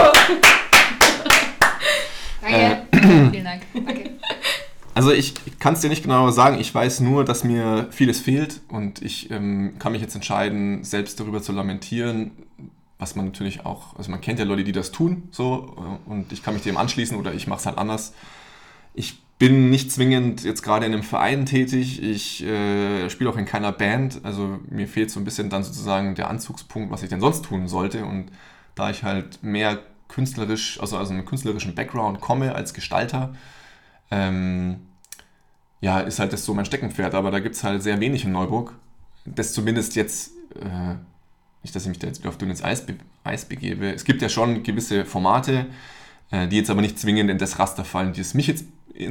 Danke. Vielen Dank. Danke. Also ich kann es dir nicht genau sagen. Ich weiß nur, dass mir vieles fehlt und ich kann mich jetzt entscheiden, selbst darüber zu lamentieren, was man natürlich auch... Also man kennt ja Leute, die das tun, so, und ich kann mich dem anschließen oder ich mache es halt anders. Ich bin nicht zwingend jetzt gerade in einem Verein tätig, ich spiele auch in keiner Band, also mir fehlt so ein bisschen dann sozusagen der Anzugspunkt, was ich denn sonst tun sollte und da ich halt mehr künstlerisch, also einen künstlerischen Background komme als Gestalter, ist halt das so mein Steckenpferd, aber da gibt es halt sehr wenig in Neuburg, das zumindest jetzt, nicht, dass ich mich da jetzt wieder auf dünnes Eis begebe, es gibt ja schon gewisse Formate, die jetzt aber nicht zwingend in das Raster fallen, die es mich jetzt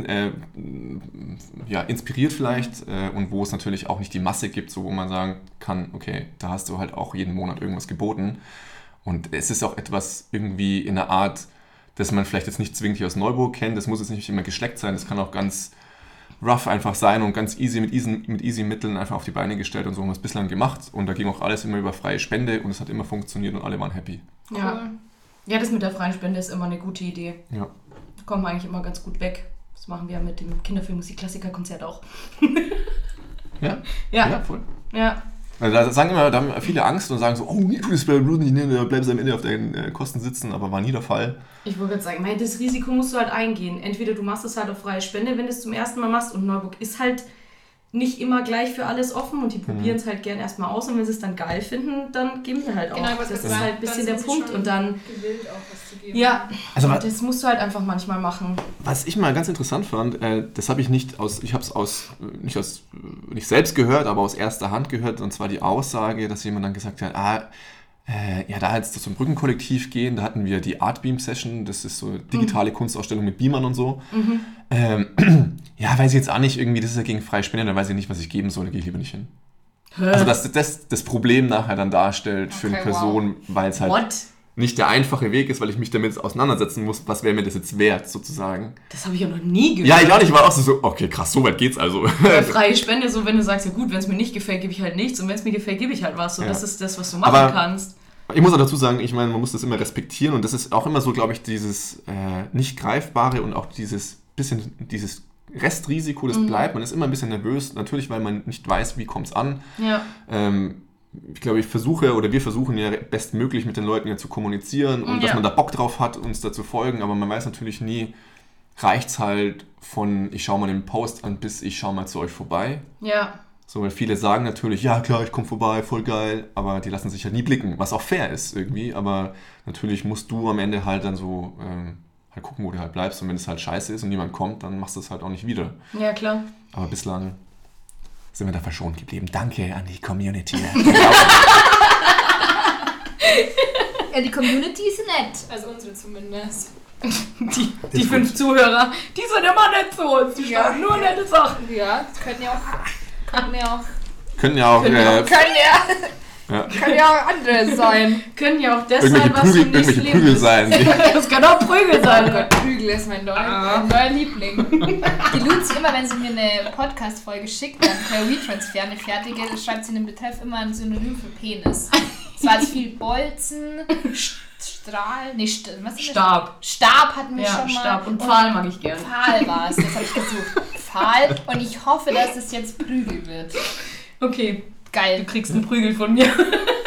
inspiriert vielleicht und wo es natürlich auch nicht die Masse gibt, so wo man sagen kann, okay, da hast du halt auch jeden Monat irgendwas geboten. Und es ist auch etwas irgendwie in der Art, dass man vielleicht jetzt nicht zwingend hier aus Neuburg kennt, das muss jetzt nicht immer geschleckt sein, das kann auch ganz rough einfach sein und ganz easy mit easy Mitteln einfach auf die Beine gestellt und so haben wir es bislang gemacht. Und da ging auch alles immer über freie Spende und es hat immer funktioniert und alle waren happy. Ja. Ja, das mit der freien Spende ist immer eine gute Idee. Ja. Da kommen wir eigentlich immer ganz gut weg. Das machen wir mit dem Kinderfilmmusik-Klassiker-Konzert auch. Ja? Ja. Voll. Ja. Also da haben viele Angst und sagen so, oh nee, das bleibst am Ende auf deinen Kosten sitzen, aber war nie der Fall. Ich wollte gerade sagen, das Risiko musst du halt eingehen. Entweder du machst es halt auf freie Spende, wenn du es zum ersten Mal machst und Neuburg ist halt nicht immer gleich für alles offen und die probieren es halt gern erstmal aus und wenn sie es dann geil finden, dann geben sie halt auch. Genau, das ist halt ein bisschen der Punkt und dann... gewillt auch was zu geben. Ja, Also, und das musst du halt einfach manchmal machen. was ich mal ganz interessant fand, das habe ich nicht selbst gehört, aber aus erster Hand gehört, und zwar die Aussage, dass jemand dann gesagt hat, da jetzt zum Brückenkollektiv gehen, da hatten wir die Artbeam-Session, das ist so digitale Kunstausstellung mit Beamern und so. Weiß ich jetzt auch nicht, irgendwie, das ist ja gegen freie Spende, dann weiß ich nicht, was ich geben soll, da gehe ich lieber nicht hin. Also, dass das Problem nachher dann darstellt für eine Person, weil es halt nicht der einfache Weg ist, weil ich mich damit auseinandersetzen muss, was wäre mir das jetzt wert, sozusagen. Das habe ich ja noch nie gehört. Ja, ich auch nicht, ich war auch so, okay, krass, so weit geht's also. Freie Spende, so wenn du sagst, ja gut, wenn es mir nicht gefällt, gebe ich halt nichts und wenn es mir gefällt, gebe ich halt was. So, das ist das, was du machen kannst. Ich muss auch dazu sagen, ich meine, man muss das immer respektieren und das ist auch immer so, glaube ich, dieses nicht Greifbare und auch dieses Restrisiko, das bleibt. Man ist immer ein bisschen nervös, natürlich, weil man nicht weiß, wie kommt es an. Ja. Ich glaube, wir versuchen ja bestmöglich mit den Leuten ja zu kommunizieren und dass man da Bock drauf hat, uns da zu folgen, aber man weiß natürlich nie, reicht es halt von, ich schaue mal den Post an, bis ich schaue mal zu euch vorbei. Ja. So, weil viele sagen natürlich, ja klar, ich komme vorbei, voll geil, aber die lassen sich halt nie blicken, was auch fair ist irgendwie, aber natürlich musst du am Ende halt dann so halt gucken, wo du halt bleibst und wenn es halt scheiße ist und niemand kommt, dann machst du es halt auch nicht wieder. Ja, klar. Aber bislang sind wir da verschont geblieben. Danke an die Community. Ja, die Community ist nett. Also unsere zumindest. Die 5 Zuhörer, die sind immer nett zu uns. Die schreiben nur nette Sachen. Ja, das könnten ja auch Können ja auch andere sein. Können ja auch deshalb irgendwelche Prügel sein. Das kann auch Prügel sein. Oh Gott, Prügel ist mein neuer Liebling. Die Luzi, immer wenn sie mir eine Podcast-Folge schickt, dann per WeTransfer eine fertige, schreibt sie in den Betreff immer ein Synonym für Penis. Es war jetzt viel Bolzen, Strahl, was ist Stab. Stab hatten wir schon mal. Stab und Pfahl mag ich gerne. Pfahl war es, das habe ich gesucht. Pfahl und ich hoffe, dass es jetzt Prügel wird. Okay. Geil. Du kriegst einen Prügel von mir.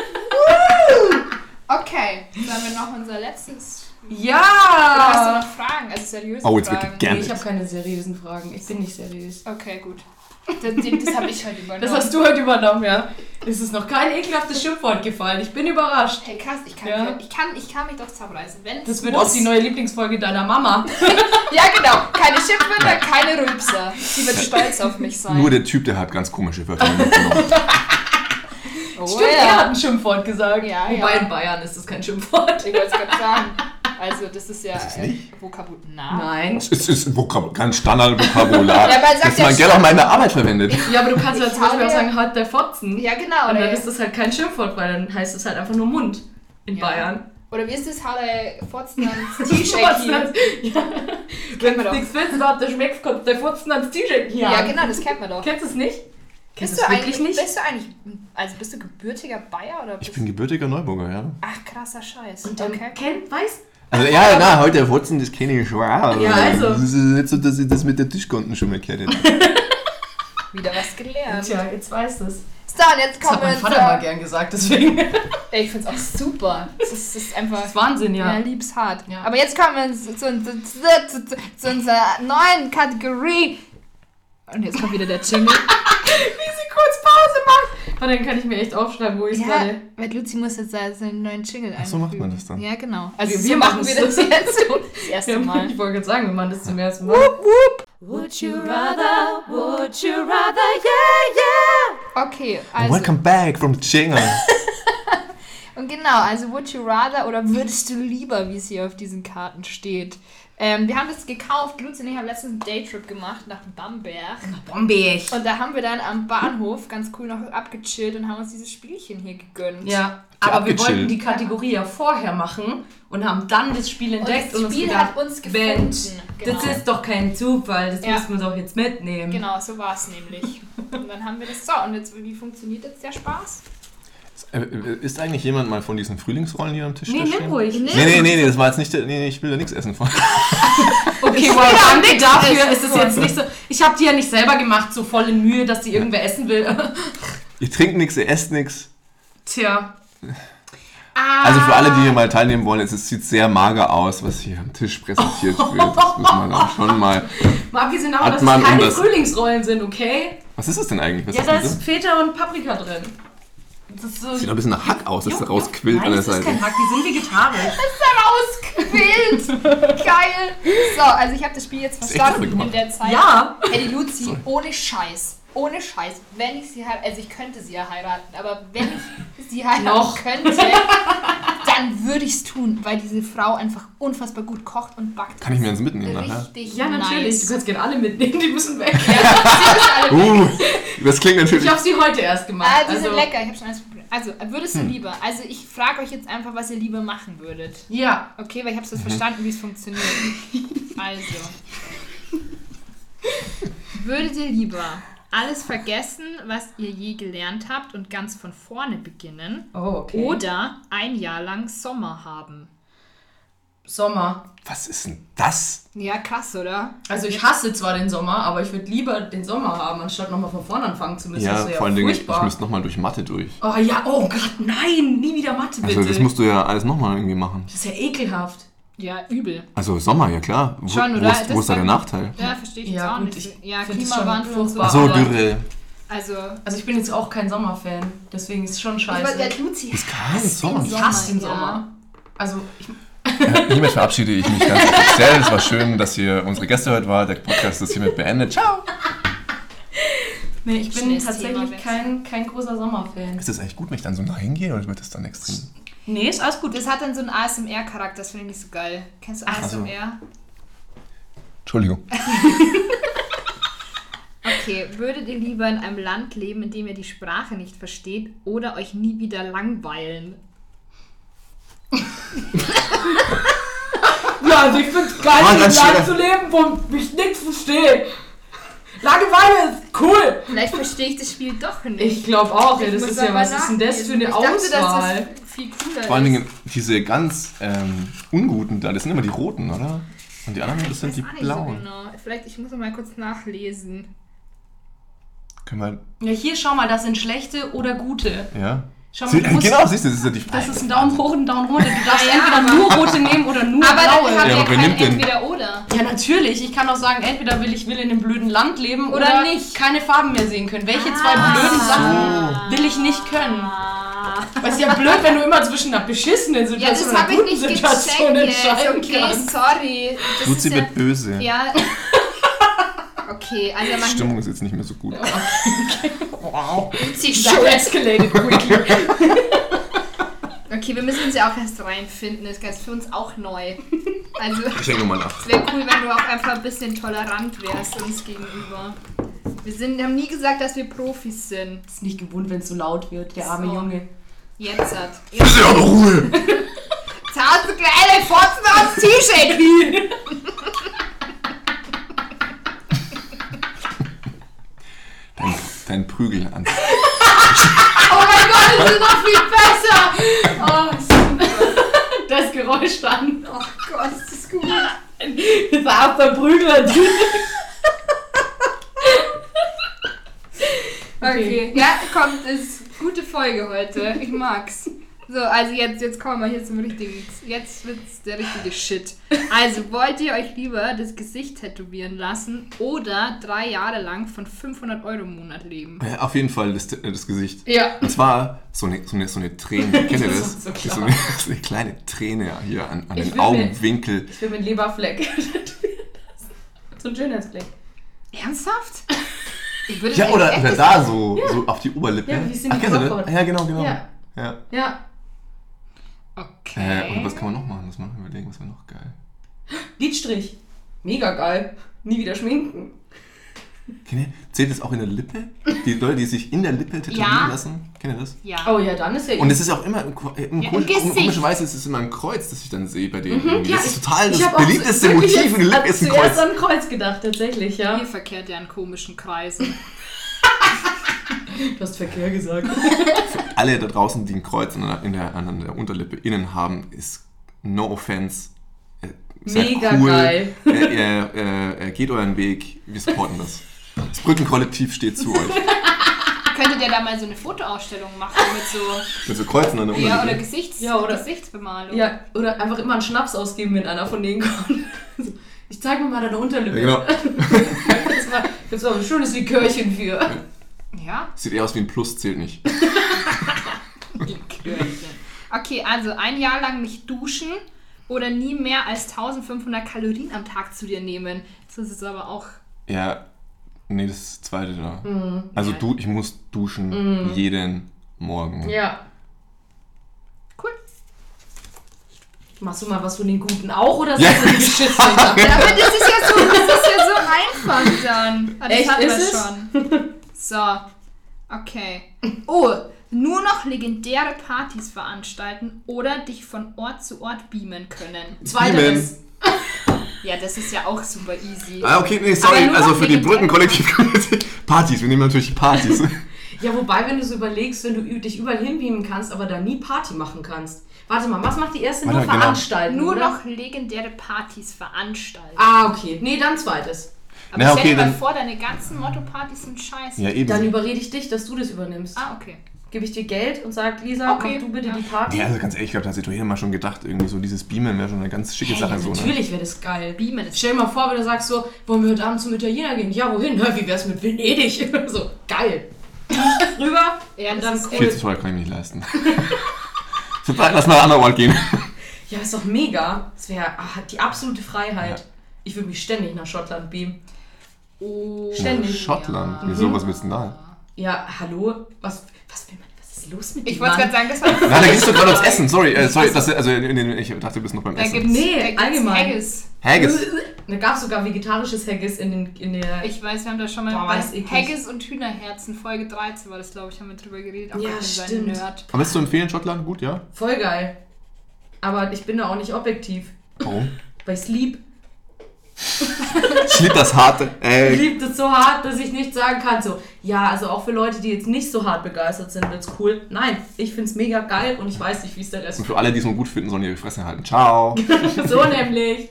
Okay, dann haben wir noch unser letztes. Ja! Oder hast du noch Fragen? Also seriöse Fragen? Jetzt wird gerne. Nee, ich habe keine seriösen Fragen. Ich bin nicht seriös. Okay, gut. Das habe ich heute übernommen. Das hast du heute übernommen, ja. Es ist noch kein ekelhaftes Schimpfwort gefallen. Ich bin überrascht. Hey, krass, ich kann mich doch zusammenreißen. Das wird auch die neue Lieblingsfolge deiner Mama. Ja, genau. Keine Schimpfwörter, keine Rülpser. Sie wird stolz auf mich sein. Nur der Typ, der hat ganz komische Wörter mitgenommen. Stimmt, er hat ein Schimpfwort gesagt. Ja, Wobei in Bayern ist das kein Schimpfwort. Ich wollte es gerade sagen. Also das ist ja Vokabular. Nein. Es ist ganz Standard-Vokabular, Ja, aber das man gerne auch mal in der Arbeit verwendet. Ja, aber du kannst ja zum Beispiel auch sagen, halt der Fotzen. Ja, genau. Und dann ist das halt kein Schimpfwort, weil dann heißt es halt einfach nur Mund in Bayern. Oder wie ist das? Halle Fotzen ans T-Shirt hier. Wenn du nichts willst und ob der schmeckt, kommt der Fotzen ans T-Shirt hier. Ja, genau, das kennt man doch. Kennst du es nicht? Bist du gebürtiger Bayer oder? Ich bin gebürtiger Neuburger, ja. Ach, krasser Scheiß. Und dann weißt also heute der Fotzen, das kenne ich schon. Ja, also. Das ist nicht so, dass ich das mit der Tischkonten schon mal kenne. Wieder was gelernt. Tja, jetzt weißt du es. So, und jetzt kommen wir Das hat mein Vater mal gern gesagt, deswegen. Ich find's auch super. Das ist einfach... Das ist Wahnsinn, ja. Ja, lieb's hart. Ja. Aber jetzt kommen wir zu unserer neuen Kategorie. Und jetzt kommt wieder der Jingle. Wie sie kurz Pause macht. Aber dann kann ich mir echt aufschreiben, wo ich gerade... weil Luzi muss jetzt seinen neuen Jingle einfügen. Ach, so macht man das dann. Ja, genau. Also wir so machen wir das jetzt das erste Mal. Ich wollte gerade sagen, wir machen das zum ersten Mal. Woop, woop. Would you rather, yeah, yeah. Okay, also... Welcome back from the jingle. Und genau, also would you rather oder würdest du lieber, wie es hier auf diesen Karten steht. Wir haben das gekauft, Luzi und ich haben letztens einen Daytrip gemacht nach Bamberg. Und da haben wir dann am Bahnhof ganz cool noch abgechillt und haben uns dieses Spielchen hier gegönnt. Ja, aber wir wollten die Kategorie ja vorher machen und haben dann das Spiel entdeckt und das uns Spiel gedacht, hat uns gefunden. Genau. Das ist doch kein Zufall, das müssen wir doch jetzt mitnehmen. Genau, so war es nämlich. Und dann haben wir das so. Und jetzt, wie funktioniert jetzt der Spaß? Ist eigentlich jemand mal von diesen Frühlingsrollen hier am Tisch Nee, nimm ruhig. Nee, das war jetzt nicht... Nee, ich will da nichts essen von. Okay, wow, danke dafür. Ist es jetzt nicht so... Ich habe die ja nicht selber gemacht, so voll in Mühe, dass die irgendwer essen will. Ihr trinkt nichts, ihr esst nichts. Tja. Also für alle, die hier mal teilnehmen wollen, es sieht sehr mager aus, was hier am Tisch präsentiert wird. Das muss man auch schon mal... Mal abgesehen davon, dass es keine Frühlingsrollen sind, okay? Was ist das denn eigentlich? Was Ja, ist da denn ist Feta und Paprika drin. Das ist so, sieht doch ein bisschen nach Hack aus, dass da rausquillt an der Nein, das ist Seite. kein Hack, die sind vegetarisch. Rausquillt! Geil! So, also ich habe das Spiel jetzt ist echt clever verstanden gemacht. in der Zeit. Ja. Hey, die Luzi, ohne Scheiß, wenn ich sie heirate, also ich könnte sie ja heiraten, aber wenn ich sie heiraten könnte, dann würde ich es tun, weil diese Frau einfach unfassbar gut kocht und backt. Kann ich mir jetzt mitnehmen nachher? Richtig Ja, natürlich. nice. Du kannst gerne alle mitnehmen, die müssen weg. Das klingt natürlich... Ich habe sie heute erst gemacht. Die sind lecker, ich habe schon alles probiert. Also, würdest du lieber, also ich frage euch jetzt einfach, was ihr lieber machen würdet. Ja. Okay, weil ich habe es jetzt verstanden, wie es funktioniert. Also, würdet ihr lieber alles vergessen, was ihr je gelernt habt und ganz von vorne beginnen? Oh, okay. Oder ein Jahr lang Sommer haben? Sommer. Was ist denn das? Ja, krass, oder? Also ich hasse zwar den Sommer, aber ich würde lieber den Sommer haben, anstatt nochmal von vorne anfangen zu müssen. Ja, das wäre vor allen Dingen, ich furchtbar. müsste nochmal durch Mathe durch. Oh ja, oh Gott, nein, nie wieder Mathe, bitte. Also das musst du ja alles nochmal irgendwie machen. Das ist ja ekelhaft. Ja, übel. Also Sommer, ja klar. Schon, oder? Wo ist da der Nachteil? Ja, verstehe ich jetzt Ja, auch gut, nicht. ich Ja, find das Klimawandel schon und so. furchtbar. So, aber- Dürre. Also Also ich bin jetzt auch kein Sommerfan, deswegen ist es schon scheiße. der Luzi Ist kein Sommer. Ich hasse den ja. Sommer. Also Hiermit verabschiede ich mich ganz offiziell. Es war schön, dass ihr unsere Gäste heute war. Der Podcast ist hiermit beendet. Ciao! nee, ich bin Schnelles tatsächlich Thema kein großer Sommerfan. Ist das eigentlich gut, wenn ich dann so hingehe oder wird das dann extrem? Nee, ist alles gut. Das hat dann so einen ASMR-Charakter, das finde ich nicht so geil. Kennst du ASMR? Entschuldigung. Okay, würdet ihr lieber in einem Land leben, in dem ihr die Sprache nicht versteht oder euch nie wieder langweilen? Ja, also ich finde es geil, Ah, in einem ganz Land schön. zu leben, wo ich nichts verstehe. Langeweile ist cool. Vielleicht verstehe ich das Spiel doch nicht. Ich glaube auch, ja, das muss ist ja, aber was ist denn das für eine nachlesen. Ich dachte, Auswahl? dass das viel cooler Vor allen ist. Dingen diese ganz unguten da, das sind immer die roten, oder? Und die anderen, das sind die Ich weiß auch nicht so blauen. genau. Vielleicht, ich muss noch mal kurz nachlesen. Können Ja, hier schau mal, das sind schlechte oder gute. wir, ja. Schau mal, du musst, Genau, siehst du, das ist ja die Frage. das ist ein Daumen hoch und ein Daumen runter. Du darfst Ja, entweder aber- nur rote nehmen oder nur Aber dann blaue. haben Ja, wir aber wer kein nimmt denn? Entweder-Oder. Ja, natürlich. Ich kann auch sagen, entweder will ich in einem blöden Land leben oder nicht. keine Farben mehr sehen können. Welche zwei blöden Sachen will ich nicht können? Weil es ist ja blöd, wenn du immer zwischen einer beschissenen Ja, Situation das und einer habe ich guten nicht Situation gecheckt jetzt. entscheiden Okay, kannst. sorry. Das Luzi ist wird böse. Ja. Okay, also Die man... Stimmung ist jetzt nicht mehr so gut. Luzi That escalated quickly. Okay, wir müssen uns ja auch erst reinfinden. Das ist für uns auch neu. Also, Ich denke mal nach. es wäre cool, wenn du auch einfach ein bisschen tolerant wärst uns gegenüber. Wir haben nie gesagt, dass wir Profis sind. Ist nicht gewohnt, wenn es so laut wird, der arme So. Junge. Jetzt hat. Bitte aber Ruhe! Jetzt hast du kleine Fotzen aufs T-Shirt hin. Dein Prügel an. Oh mein Gott, das ist noch viel besser. Oh, das Geräusch dann. Oh Gott, das ist gut. Das war auch der Prügler. Okay, ja, kommt, ist gute Folge heute. Ich mag's. So, also jetzt kommen wir hier zum richtigen. Jetzt wird's der richtige Shit. Also, wollt ihr euch lieber das Gesicht tätowieren lassen oder 3 Jahre lang von 500 € im Monat leben? Auf jeden Fall das Gesicht. Ja. Und zwar so eine Träne. Kennt ihr Das das? ist so Das klar. ist so eine kleine Träne hier an Ich den will mir- Augenwinkel. Ich will mir einen Leberfleck tätowieren lassen. So ein Schönheitsfleck. Ernsthaft? Ich würde Ja, sagen, oder echt? da so auf die Oberlippe. Ja, wie es in die kennst du das? Knochenhaut. Ja, genau. Ja. Ja. Ja. Okay. Und was kann man noch machen? Muss man überlegen, was wäre noch geil. Lidstrich. Mega geil. Nie wieder schminken. Zählt das auch in der Lippe? Die Leute, die sich in der Lippe tätowieren Ja. lassen? Kennt ihr das? Ja. Oh ja, dann ist ja Und es ist auch immer, Gesicht. komischerweise ist es immer ein Kreuz, das ich dann sehe bei denen. irgendwie. Ja, Das ist total das ich hab auch beliebteste wirklich Motiv in der Lippe ist ein zuerst Kreuz. an ein Kreuz gedacht, tatsächlich, ja. Ihr verkehrt ja in komischen Kreisen. Du hast Verkehr gesagt. Alle da draußen, die ein Kreuz an der Unterlippe innen haben, ist no offense. Seid Mega cool. geil. Geht euren Weg, wir supporten das. Das Brückenkollektiv steht zu euch. Könntet ihr da mal so eine Fotoausstellung machen mit Mit so Kreuzen an der so... Ja, oder Unterlippe. Gesichtsbemalung. Ja, oder einfach immer einen Schnaps ausgeben, wenn einer von denen kommt. So, ich zeig mir mal deine Unterlippe. Ja, genau. Gibt's mal ein schönes Likörchen für. Ja? Sieht eher aus wie ein Plus, zählt nicht. Likörchen. Okay, also ein Jahr lang nicht duschen oder nie mehr als 1500 Kalorien am Tag zu dir nehmen. Das ist jetzt aber auch... Ja, nee, das zweite da. Also ich muss duschen jeden Morgen. Ja. Cool. Machst du mal was von den Guten auch oder sagst du die Geschichte? Ja, aber das ist ja so einfach dann. Das Echt, hatten wir ist es? schon. So, okay. Oh, nur noch legendäre Partys veranstalten oder dich von Ort zu Ort beamen können. Zweiteres. Ja, das ist ja auch super easy. Ah, okay, nee, sorry, Aber nur also noch für die legendäre Brückenkollektiv Partys, wir nehmen natürlich die Partys. Ja, wobei, wenn du so überlegst, wenn du dich überall hinbeamen kannst, aber da nie Party machen kannst. Warte mal, was macht die erste? Warte, Nur genau. veranstalten, Nur oder? noch legendäre Partys veranstalten. Ah, okay. Nee, dann zweites. Aber Na, stell okay, dir mal dann- vor, deine ganzen Motto-Partys sind scheiße. Ja, eben. Dann überrede ich dich, dass du das übernimmst. Ah, okay. Gebe ich dir Geld und sag, Lisa, Okay. mach du bitte Ja. die Party. Ja, also ganz ehrlich, ich glaube, da hat sich doch jeder mal schon gedacht, irgendwie so dieses Beamen wäre schon eine ganz schicke Hey, Sache. ja, So, ne? natürlich wäre das geil. Beamen ist... Stell dir mal vor, wenn du sagst so, wollen wir heute Abend zum Italiener gehen? Ja, wohin? Wie wär's mit Venedig? So, geil. Rüber Ja, und das dann ist Viel zu teuer kann ich mir nicht leisten. Lass mal an einen anderen Ort gehen. Ja, ist doch mega. Das wäre die absolute Freiheit. Ja. Ich würde mich ständig nach Schottland beamen. Oh, Ständig. Schottland? Ja. Wieso, was willst du denn da? Ja, hallo? Was will man? Was ist los mit Ich dem wollte Mann? gerade sagen, das war... Nein, da gehst du gerade ums Essen. Sorry, ich dachte, du bist noch beim Da Essen. gibt's, Nee, da gibt's allgemein. Haggis. Haggis. Da gab es sogar vegetarisches Haggis in der... Ich weiß, wir haben da schon mal Boah, bei weiß eklig. Haggis und Hühnerherzen, Folge 13 war das, glaube ich, haben wir drüber geredet. Auch Ja, ich bin so ein stimmt. Nerd. Aber ist zu empfehlen, Schottland? Gut, ja? Voll geil. Aber ich bin da auch nicht objektiv. Warum? Weil ich lieb. Ich liebe das Harte. Ich liebe das so hart, dass ich nicht sagen kann, so, ja, also auch für Leute, die jetzt nicht so hart begeistert sind, wird's cool. Nein, ich find's mega geil und ich weiß nicht, wie es der Rest Und für alle, die es nur gut finden, sollen ihre Fresse halten. Ciao. So nämlich.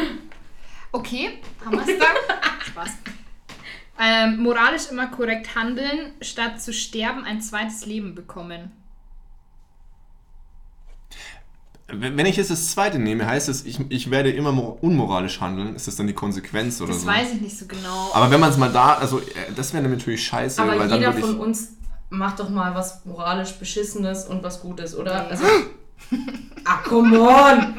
Okay, haben wir es dann? Spaß. Moralisch immer korrekt handeln, statt zu sterben ein zweites Leben bekommen. Wenn ich jetzt das zweite nehme, heißt es, ich werde immer unmoralisch handeln. Ist das dann die Konsequenz oder Das so? weiß ich nicht so genau. Aber wenn man es mal da, also das wäre natürlich scheiße, Aber weil dann jeder würde ich... von uns macht doch mal was moralisch Beschissenes und was Gutes, oder? Nee. Also, come on!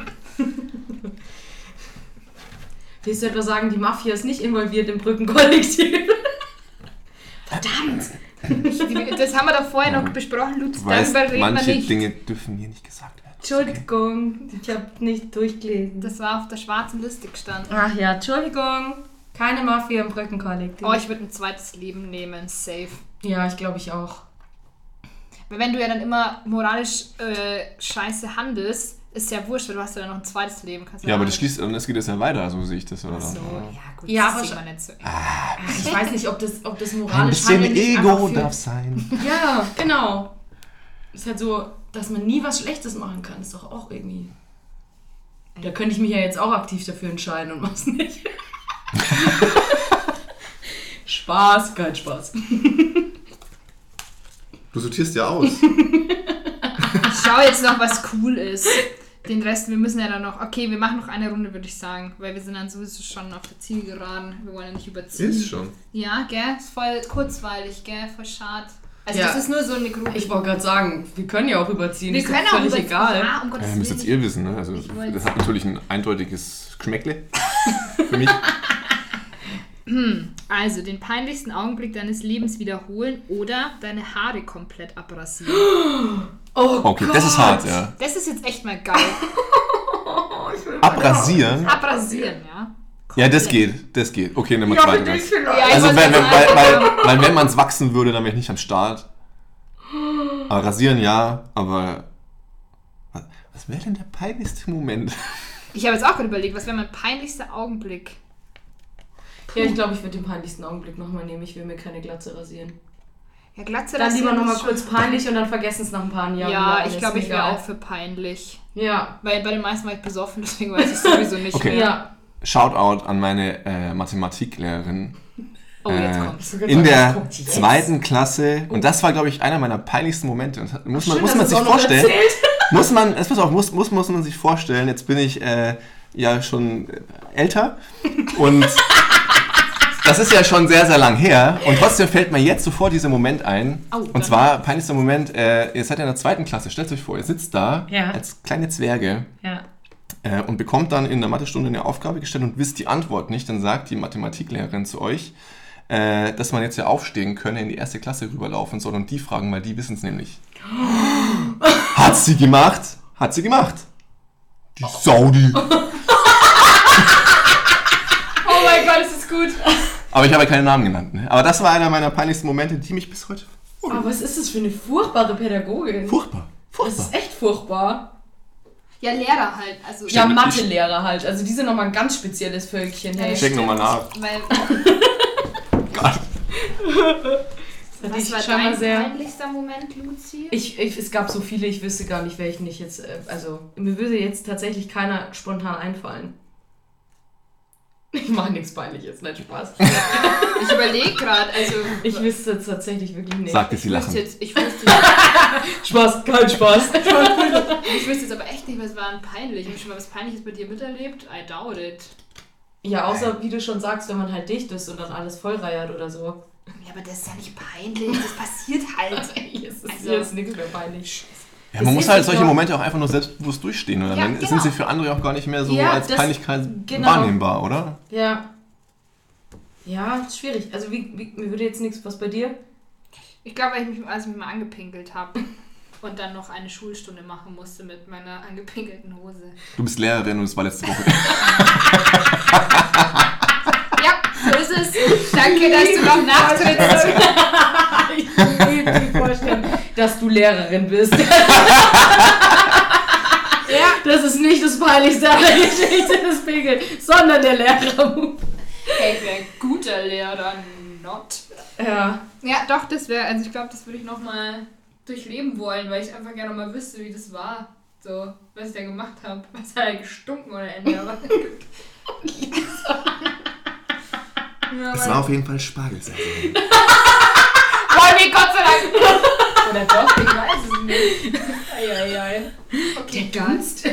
Willst du etwa sagen, die Mafia ist nicht involviert im Brückenkollektiv? Verdammt! Das haben wir doch vorher noch besprochen, Lutz, Du weißt, darüber reden wir manche nicht. Dinge dürfen hier nicht gesagt werden. Entschuldigung, ich habe nicht durchgelesen. Das war auf der schwarzen Liste gestanden. Ach ja, Entschuldigung. Keine Mafia im Brückenkollektiv. Oh, ich würde ein zweites Leben nehmen, safe. Ja, ich glaube ich auch. Weil wenn du ja dann immer moralisch scheiße handelst, ist ja wurscht, weil du hast ja dann noch ein zweites Leben. Kannst Ja, aber das schließt, und es geht jetzt ja weiter, so sehe ich das. Oder? So, ja gut, Ja, das aber sieht man nicht so. Ich weiß nicht, ob das Ein moralisch bisschen Handeln nicht Ego einfach für- darf sein. Ja, genau. Ist halt so, dass man nie was Schlechtes machen kann, ist doch auch irgendwie... Da könnte ich mich ja jetzt auch aktiv dafür entscheiden und mach's nicht. Spaß, kein Spaß. Du sortierst ja aus. Ich schaue jetzt noch, was cool ist. Den Rest, wir müssen ja dann noch... Okay, wir machen noch eine Runde, würde ich sagen. Weil wir sind dann sowieso schon auf der Zielgeraden. Wir wollen ja nicht überziehen. Ist schon. Ja, gell? Ist voll kurzweilig, gell? Voll schade. Also Ja. das ist nur so eine Gruppe. Ich wollte gerade sagen, wir können ja auch überziehen, wir ist können doch auch völlig überziehen. egal. Ja, um Gottes Ja, müsst jetzt Willen. ihr wissen, ne? Also Ich wollte- das hat natürlich ein eindeutiges Geschmäckle für mich. Also, den peinlichsten Augenblick deines Lebens wiederholen oder deine Haare komplett abrasieren. Oh Okay, Gott. das ist hart, ja. Das ist jetzt echt mal geil. Abrasieren? Abrasieren, ja. Ja, das geht. Okay, nehmen wir Ja, zweiten für dich Rest. vielleicht. Ja, ich Also, wollte wenn, gerade sagen, wenn man es wachsen würde, dann wäre ich nicht am Start. Aber rasieren ja, aber... Was wäre denn der peinlichste Moment? Ich habe jetzt auch gerade überlegt, was wäre mein peinlichster Augenblick? Ja, ich glaube, ich würde den peinlichsten Augenblick nochmal nehmen. Ich will mir keine Glatze rasieren. Ja, Glatze Dann lieber rasieren nochmal ist schon- kurz peinlich und dann vergessen es nach ein paar Jahren. Ja, wieder. ich Ist glaube, mir ich wäre egal. auch für peinlich. Ja. Weil bei den meisten war ich besoffen, deswegen weiß ich sowieso nicht Okay. mehr. Ja. Shoutout an meine Mathematiklehrerin. Oh, jetzt kommt's. In der Was kommt jetzt? 2. Klasse. Und das war, glaube ich, einer meiner peinlichsten Momente. Und das muss man Schön, dass sich du es auch noch vorstellen. erzählt. Muss man sich vorstellen, jetzt bin ich ja schon älter und das ist ja schon sehr, sehr lang her. Und trotzdem fällt mir jetzt sofort dieser Moment ein. Und zwar, peinlichster Moment, ihr seid ja in der 2. Klasse. Stellt euch vor, ihr sitzt da als kleine Zwerge und bekommt dann in der Mathestunde eine Aufgabe gestellt und wisst die Antwort nicht. Dann sagt die Mathematiklehrerin zu euch, dass man jetzt ja aufstehen könne, in die 1. Klasse rüberlaufen soll und die fragen, weil die wissen es nämlich. Hat sie gemacht? Hat sie gemacht. Die Saudi. Oh mein Gott, ist das gut. Aber ich habe ja keine Namen genannt. Ne? Aber das war einer meiner peinlichsten Momente, die mich bis heute... Aber was ist das für eine furchtbare Pädagogin? Furchtbar. Das ist echt furchtbar. Ja, Lehrer halt. Also ja, Mathelehrer halt. Also die sind nochmal ein ganz spezielles Völkchen. Hey. Check nochmal nach. Gott. Was war dein peinlichster Moment, Luzi? Es gab so viele, ich wüsste gar nicht, welchen ich jetzt... Also, mir würde jetzt tatsächlich keiner spontan einfallen. Ich mache nichts Peinliches, nicht Spaß. Ich überlege gerade, also... Ich wüsste es tatsächlich wirklich nicht. Sagte sie lachen. Ich wüsste Spaß, kein Spaß. Ich wüsste jetzt aber echt nicht, was war peinlich. Ich habe schon mal was Peinliches bei dir miterlebt. I doubt it. Ja, außer, wie du schon sagst, wenn man halt dicht ist und dann alles vollreiert oder so. Ja, aber das ist ja nicht peinlich. Das passiert halt. Hier ist nichts mehr peinlich. Ja, man muss halt solche Momente auch einfach nur selbstbewusst durchstehen. Oder? Dann sind sie für andere auch gar nicht mehr so als Peinlichkeit wahrnehmbar, oder? Ja. Ja, ist schwierig. Also mir würde jetzt nichts... Was bei dir? Ich glaube, als ich mich mal angepinkelt habe und dann noch eine Schulstunde machen musste mit meiner angepinkelten Hose. Du bist Lehrerin und es war letzte Woche. Ja, so ist es. Danke, dass du noch nachtrittst. Ich kann mir nicht vorstellen, dass du Lehrerin bist. Ja. Das ist nicht das Peinlichste an der Geschichte des Pinkels, sondern der Lehrer. Hey, ich wäre ein guter Lehrer, not. Ja. Ja, doch, das wäre, also ich glaube, das würde ich nochmal durchleben wollen, weil ich einfach gerne mal wüsste, wie das war. So, was ich da gemacht habe. Was hat er gestunken ohne Ende? Aber es war auf jeden Fall Spargelsaison. Wollen Gott sei Dank. Oder doch, ich weiß es nicht. Eieiei. Okay, der Dunst.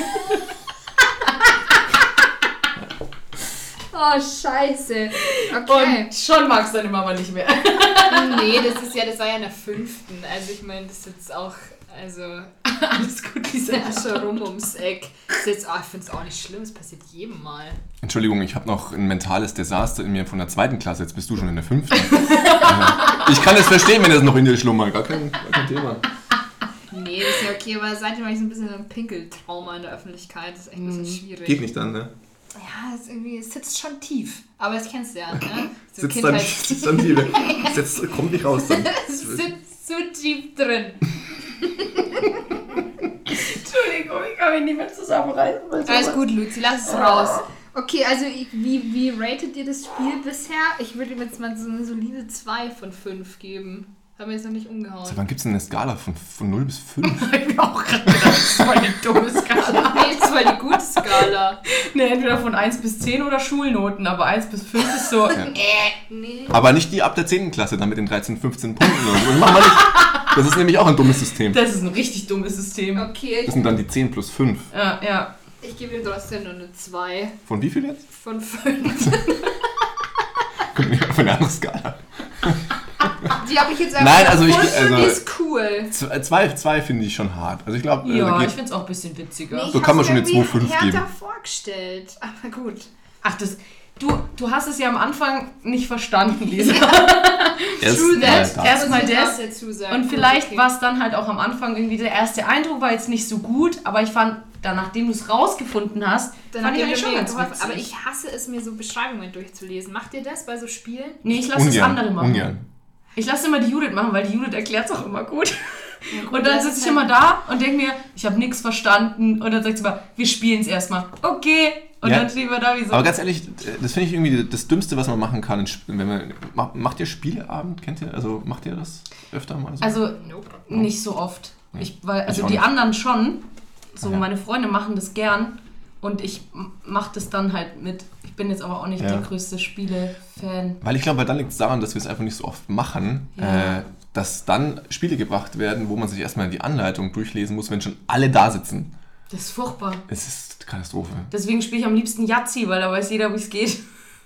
Oh, scheiße. Okay. Und schon magst du deine Mama nicht mehr. Nee, das war ja in der 5. Also ich meine, das ist jetzt auch, also... Alles gut, die sind ja schon rum ums Eck. Das ist jetzt, ich finde es auch nicht schlimm, es passiert jedem Mal. Entschuldigung, ich habe noch ein mentales Desaster in mir von der 2. Klasse, jetzt bist du schon in der 5. Ich kann es verstehen, wenn das noch in dir schlummert, gar kein Thema. Nee, das ist ja okay, aber seitdem habe ich so ein bisschen ein Pinkeltrauma in der Öffentlichkeit, das ist echt ein bisschen schwierig. Geht nicht dann, ne? Ja, es sitzt schon tief, aber das kennst du ja, ne? So sitzt dann tief, kommt nicht raus dann. Es sitzt so tief drin. Entschuldigung, ich kann mich nicht mehr zusammenreißen. Alles gut, Luzi, lass es raus. Okay, also wie ratet ihr das Spiel bisher? Ich würde ihm jetzt mal so eine solide 2 von 5 geben. Haben wir jetzt noch nicht umgehauen. Also, wann gibt es denn eine Skala von 0 bis 5? Ich habe auch gerade gedacht, das ist voll eine dumme Skala. Nee, das war eine gute Skala. Ne, entweder von 1 bis 10 oder Schulnoten, aber 1 bis 5 ist so... Ja. Nee. Aber nicht die ab der 10. Klasse, dann mit den 13, 15 Punkten. Das machen wir nicht. Das ist nämlich auch ein dummes System. Das ist ein richtig dummes System. Okay. Das sind dann die 10 plus 5. Ja. Ich gebe ihm trotzdem nur eine 2. Von wie viel jetzt? Von 5. Kommt nicht auf eine andere Skala. Die habe ich jetzt einfach. Nein, also die ist cool. 2 finde ich schon hart. Also ich glaube, ja, ich finde es auch ein bisschen witziger. Nee, so kann man schon eine 2,5 geben. Ich habe vorgestellt, aber gut. Ach, du hast es ja am Anfang nicht verstanden, Lisa. Erstmal das. Und vielleicht war es dann halt auch am Anfang irgendwie der erste Eindruck war jetzt nicht so gut, aber ich fand, nachdem du es rausgefunden hast, fand ich eigentlich schon ganz witzig. Aber ich hasse es, mir so Beschreibungen durchzulesen. Macht ihr das bei so Spielen? Nee, ich lasse das andere machen. Ungern. Ich lasse immer die Judith machen, weil die Judith erklärt es auch immer gut. Und dann sitze ich immer da und denke mir, ich habe nichts verstanden. Und dann sagt sie mal, wir spielen es erstmal. Okay. Und dann stehen wir da wie so. Aber ganz ehrlich, das finde ich irgendwie das Dümmste, was man machen kann. Macht ihr Spieleabend? Kennt ihr? Also macht ihr das öfter mal so? Also nicht so oft. Die anderen schon. So meine Freunde machen das gern. Und ich mache das dann halt mit. Ich bin jetzt aber auch nicht der größte Spiele-Fan. Weil ich glaube, dann liegt es daran, dass wir es einfach nicht so oft machen, dass dann Spiele gebracht werden, wo man sich erstmal die Anleitung durchlesen muss, wenn schon alle da sitzen. Das ist furchtbar. Es ist Katastrophe. Deswegen spiele ich am liebsten Yahtzee, weil da weiß jeder, wie es geht.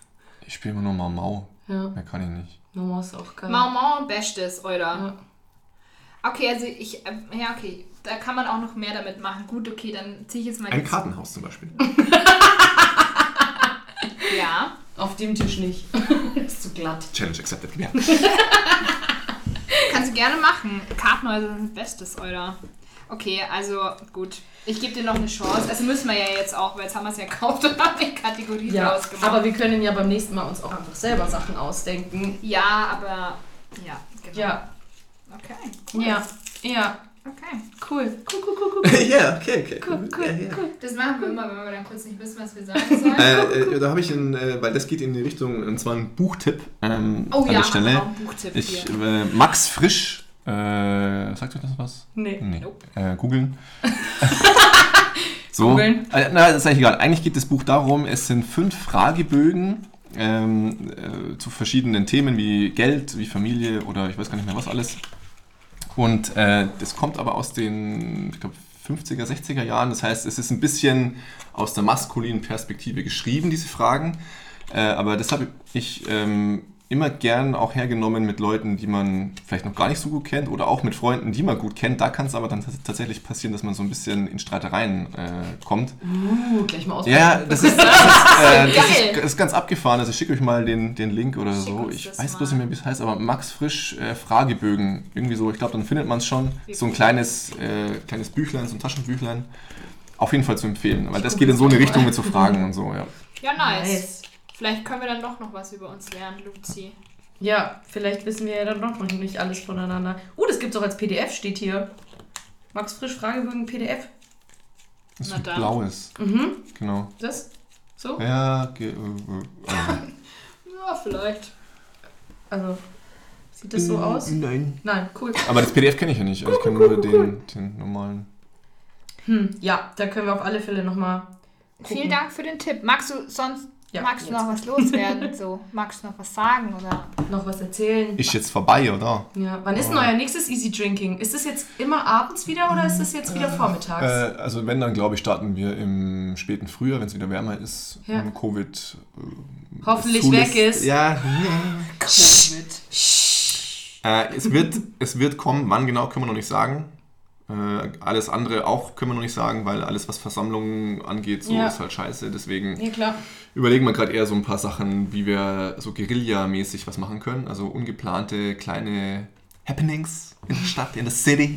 Ich spiele immer nur Mau Mau. Ja. Mehr kann ich nicht. Mau Mau ist auch geil. Mau Mau, Bestes, oder? Ja. Okay, also okay. Da kann man auch noch mehr damit machen. Gut, okay, dann ziehe ich jetzt mal... Ein Kartenhaus zum Beispiel. Ja. Auf dem Tisch nicht. Ist zu glatt. Challenge accepted. Ja. Kannst du gerne machen. Kartenhäuser sind Bestes, oder? Okay, also gut. Ich gebe dir noch eine Chance. Also müssen wir ja jetzt auch, weil jetzt haben wir es ja gekauft und haben die Kategorie draus gemacht. Aber wir können ja beim nächsten Mal uns auch einfach selber Sachen ausdenken. Ja, aber... Ja, genau. Ja. Okay. Cool. Ja. Okay. Cool. Ja, okay. Cool. Das machen wir immer, wenn wir dann kurz nicht wissen, was wir sagen sollen. Da habe ich weil das geht in die Richtung, und zwar ein Buchtipp an ja, der Stelle. genau, ein Buchtipp hier. Max Frisch, sagt euch das was? Nee. Nope. Googeln. So. Googeln. Das ist eigentlich egal. Eigentlich geht das Buch darum, es sind 5 Fragebögen zu verschiedenen Themen wie Geld, wie Familie oder ich weiß gar nicht mehr was alles. Und das kommt aber aus den, ich glaube, 50er, 60er Jahren. Das heißt, es ist ein bisschen aus der maskulinen Perspektive geschrieben, diese Fragen. Aber das habe ich immer gern auch hergenommen mit Leuten, die man vielleicht noch gar nicht so gut kennt oder auch mit Freunden, die man gut kennt. Da kann es aber dann tatsächlich passieren, dass man so ein bisschen in Streitereien kommt. Gleich mal ausprobieren. Ja, das ist ganz abgefahren. Also ich schicke euch mal den Link oder so. Ich weiß bloß nicht mehr, wie es heißt, aber Max Frisch Fragebögen. Irgendwie so, ich glaube, dann findet man es schon. So ein kleines Büchlein, so ein Taschenbüchlein. Auf jeden Fall zu empfehlen, weil das geht in so eine Richtung mit so Fragen und so, ja. Ja, nice. Vielleicht können wir dann doch noch was über uns lernen, Luzi. Ja, vielleicht wissen wir ja dann doch noch nicht alles voneinander. Das gibt's auch als PDF, steht hier. Max Frisch Fragebögen PDF. Das ist ein blaues. Genau. Das? So? Ja, Ja, vielleicht. Also, sieht das so aus? Nein. Nein, cool. Aber das PDF kenne ich ja nicht. Also ich kenne nur den normalen. Ja, da können wir auf alle Fälle nochmal gucken. Vielen Dank für den Tipp. Magst du sonst jetzt noch was loswerden? So? Magst du noch was sagen? Oder? Noch was erzählen? Ist jetzt vorbei, oder? Ja. Wann ist denn euer nächstes Easy Drinking? Ist das jetzt immer abends wieder oder ist das jetzt wieder vormittags? Also wenn, dann glaube ich, starten wir im späten Frühjahr, wenn es wieder wärmer ist und Covid hoffentlich weg ist. Ja. Covid. Es wird kommen. Wann genau, können wir noch nicht sagen. Alles andere auch können wir noch nicht sagen, weil alles, was Versammlungen angeht, so ist halt scheiße. Deswegen überlegen wir gerade eher so ein paar Sachen, wie wir so Guerilla-mäßig was machen können. Also ungeplante kleine Happenings in der Stadt, in der City.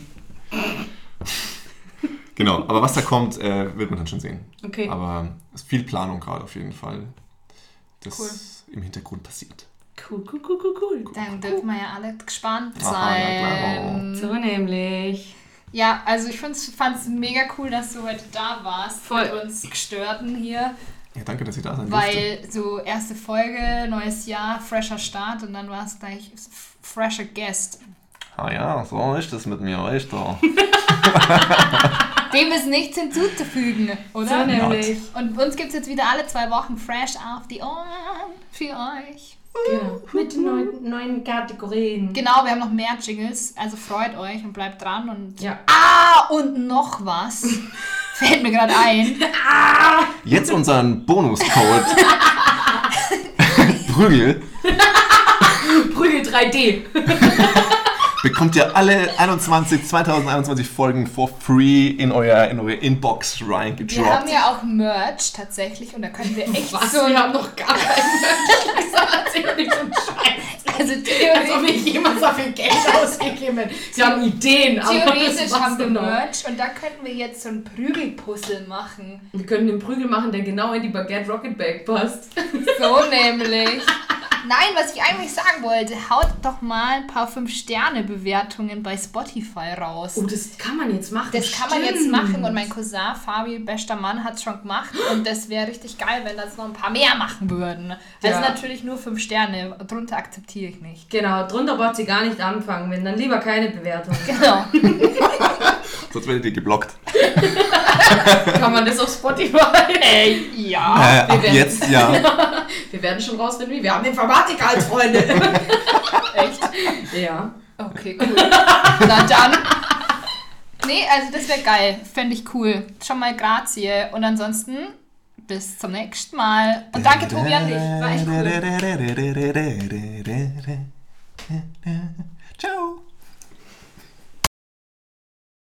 Genau, aber was da kommt, wird man dann schon sehen. Okay. Aber es ist viel Planung gerade auf jeden Fall, das im Hintergrund passiert. Cool. Dann dürfen wir ja alle gespannt Aha, sein. So nämlich. Ja, also ich fand's mega cool, dass du heute da warst. Voll. Mit uns Gestörten hier. Ja, danke, dass ihr da sein Weil so erste Folge, neues Jahr, fresher Start und dann war es gleich fresher Guest. Ah ja, so ist das mit mir, weißt du. Dem ist nichts hinzuzufügen, oder? So nämlich. Und uns gibt es jetzt wieder alle 2 Wochen fresh auf die Ohren für euch. Genau. Mit den neuen Kategorien. Genau, wir haben noch mehr Jingles, also freut euch und bleibt dran. Und und noch was. Fällt mir gerade ein. Jetzt unseren Bonuscode. Prügel. Prügel 3D. Bekommt ihr alle 2021 Folgen for free in eure Inbox reingedroppt. Wir haben ja auch Merch tatsächlich und da können wir echt so... Wir haben noch gar keinen Merch. Erzähl nicht so einen Scheiß. Also Als ob ich jemals so viel Geld ausgegeben hätte. Sie haben Ideen, aber theoretisch das haben wir noch. Merch und da könnten wir jetzt so ein Prügelpuzzle machen. Wir können den Prügel machen, der genau in die Baguette Rocket Bag passt. So nämlich. Nein, was ich eigentlich sagen wollte, haut doch mal ein paar 5-Sterne-Bewertungen bei Spotify raus. Oh, das kann man jetzt machen. Das kann man jetzt machen und mein Cousin Fabi, bester Mann, hat es schon gemacht und das wäre richtig geil, wenn das noch ein paar mehr machen würden. Also natürlich nur 5 Sterne, drunter akzeptiere ich nicht. Genau, drunter braucht sie gar nicht anfangen, wenn dann lieber keine Bewertung. Genau. Sonst werdet ihr geblockt. Kann man das auf Spotify? Ja. Ab jetzt, ja. Wir werden schon rausfinden, wie wir haben Informatiker als Freunde. Echt? Ja. Okay, cool. Na dann. Nee, also das wäre geil. Fände ich cool. Schon mal Grazie. Und ansonsten bis zum nächsten Mal. Und danke, Tobi, an dich. War echt cool.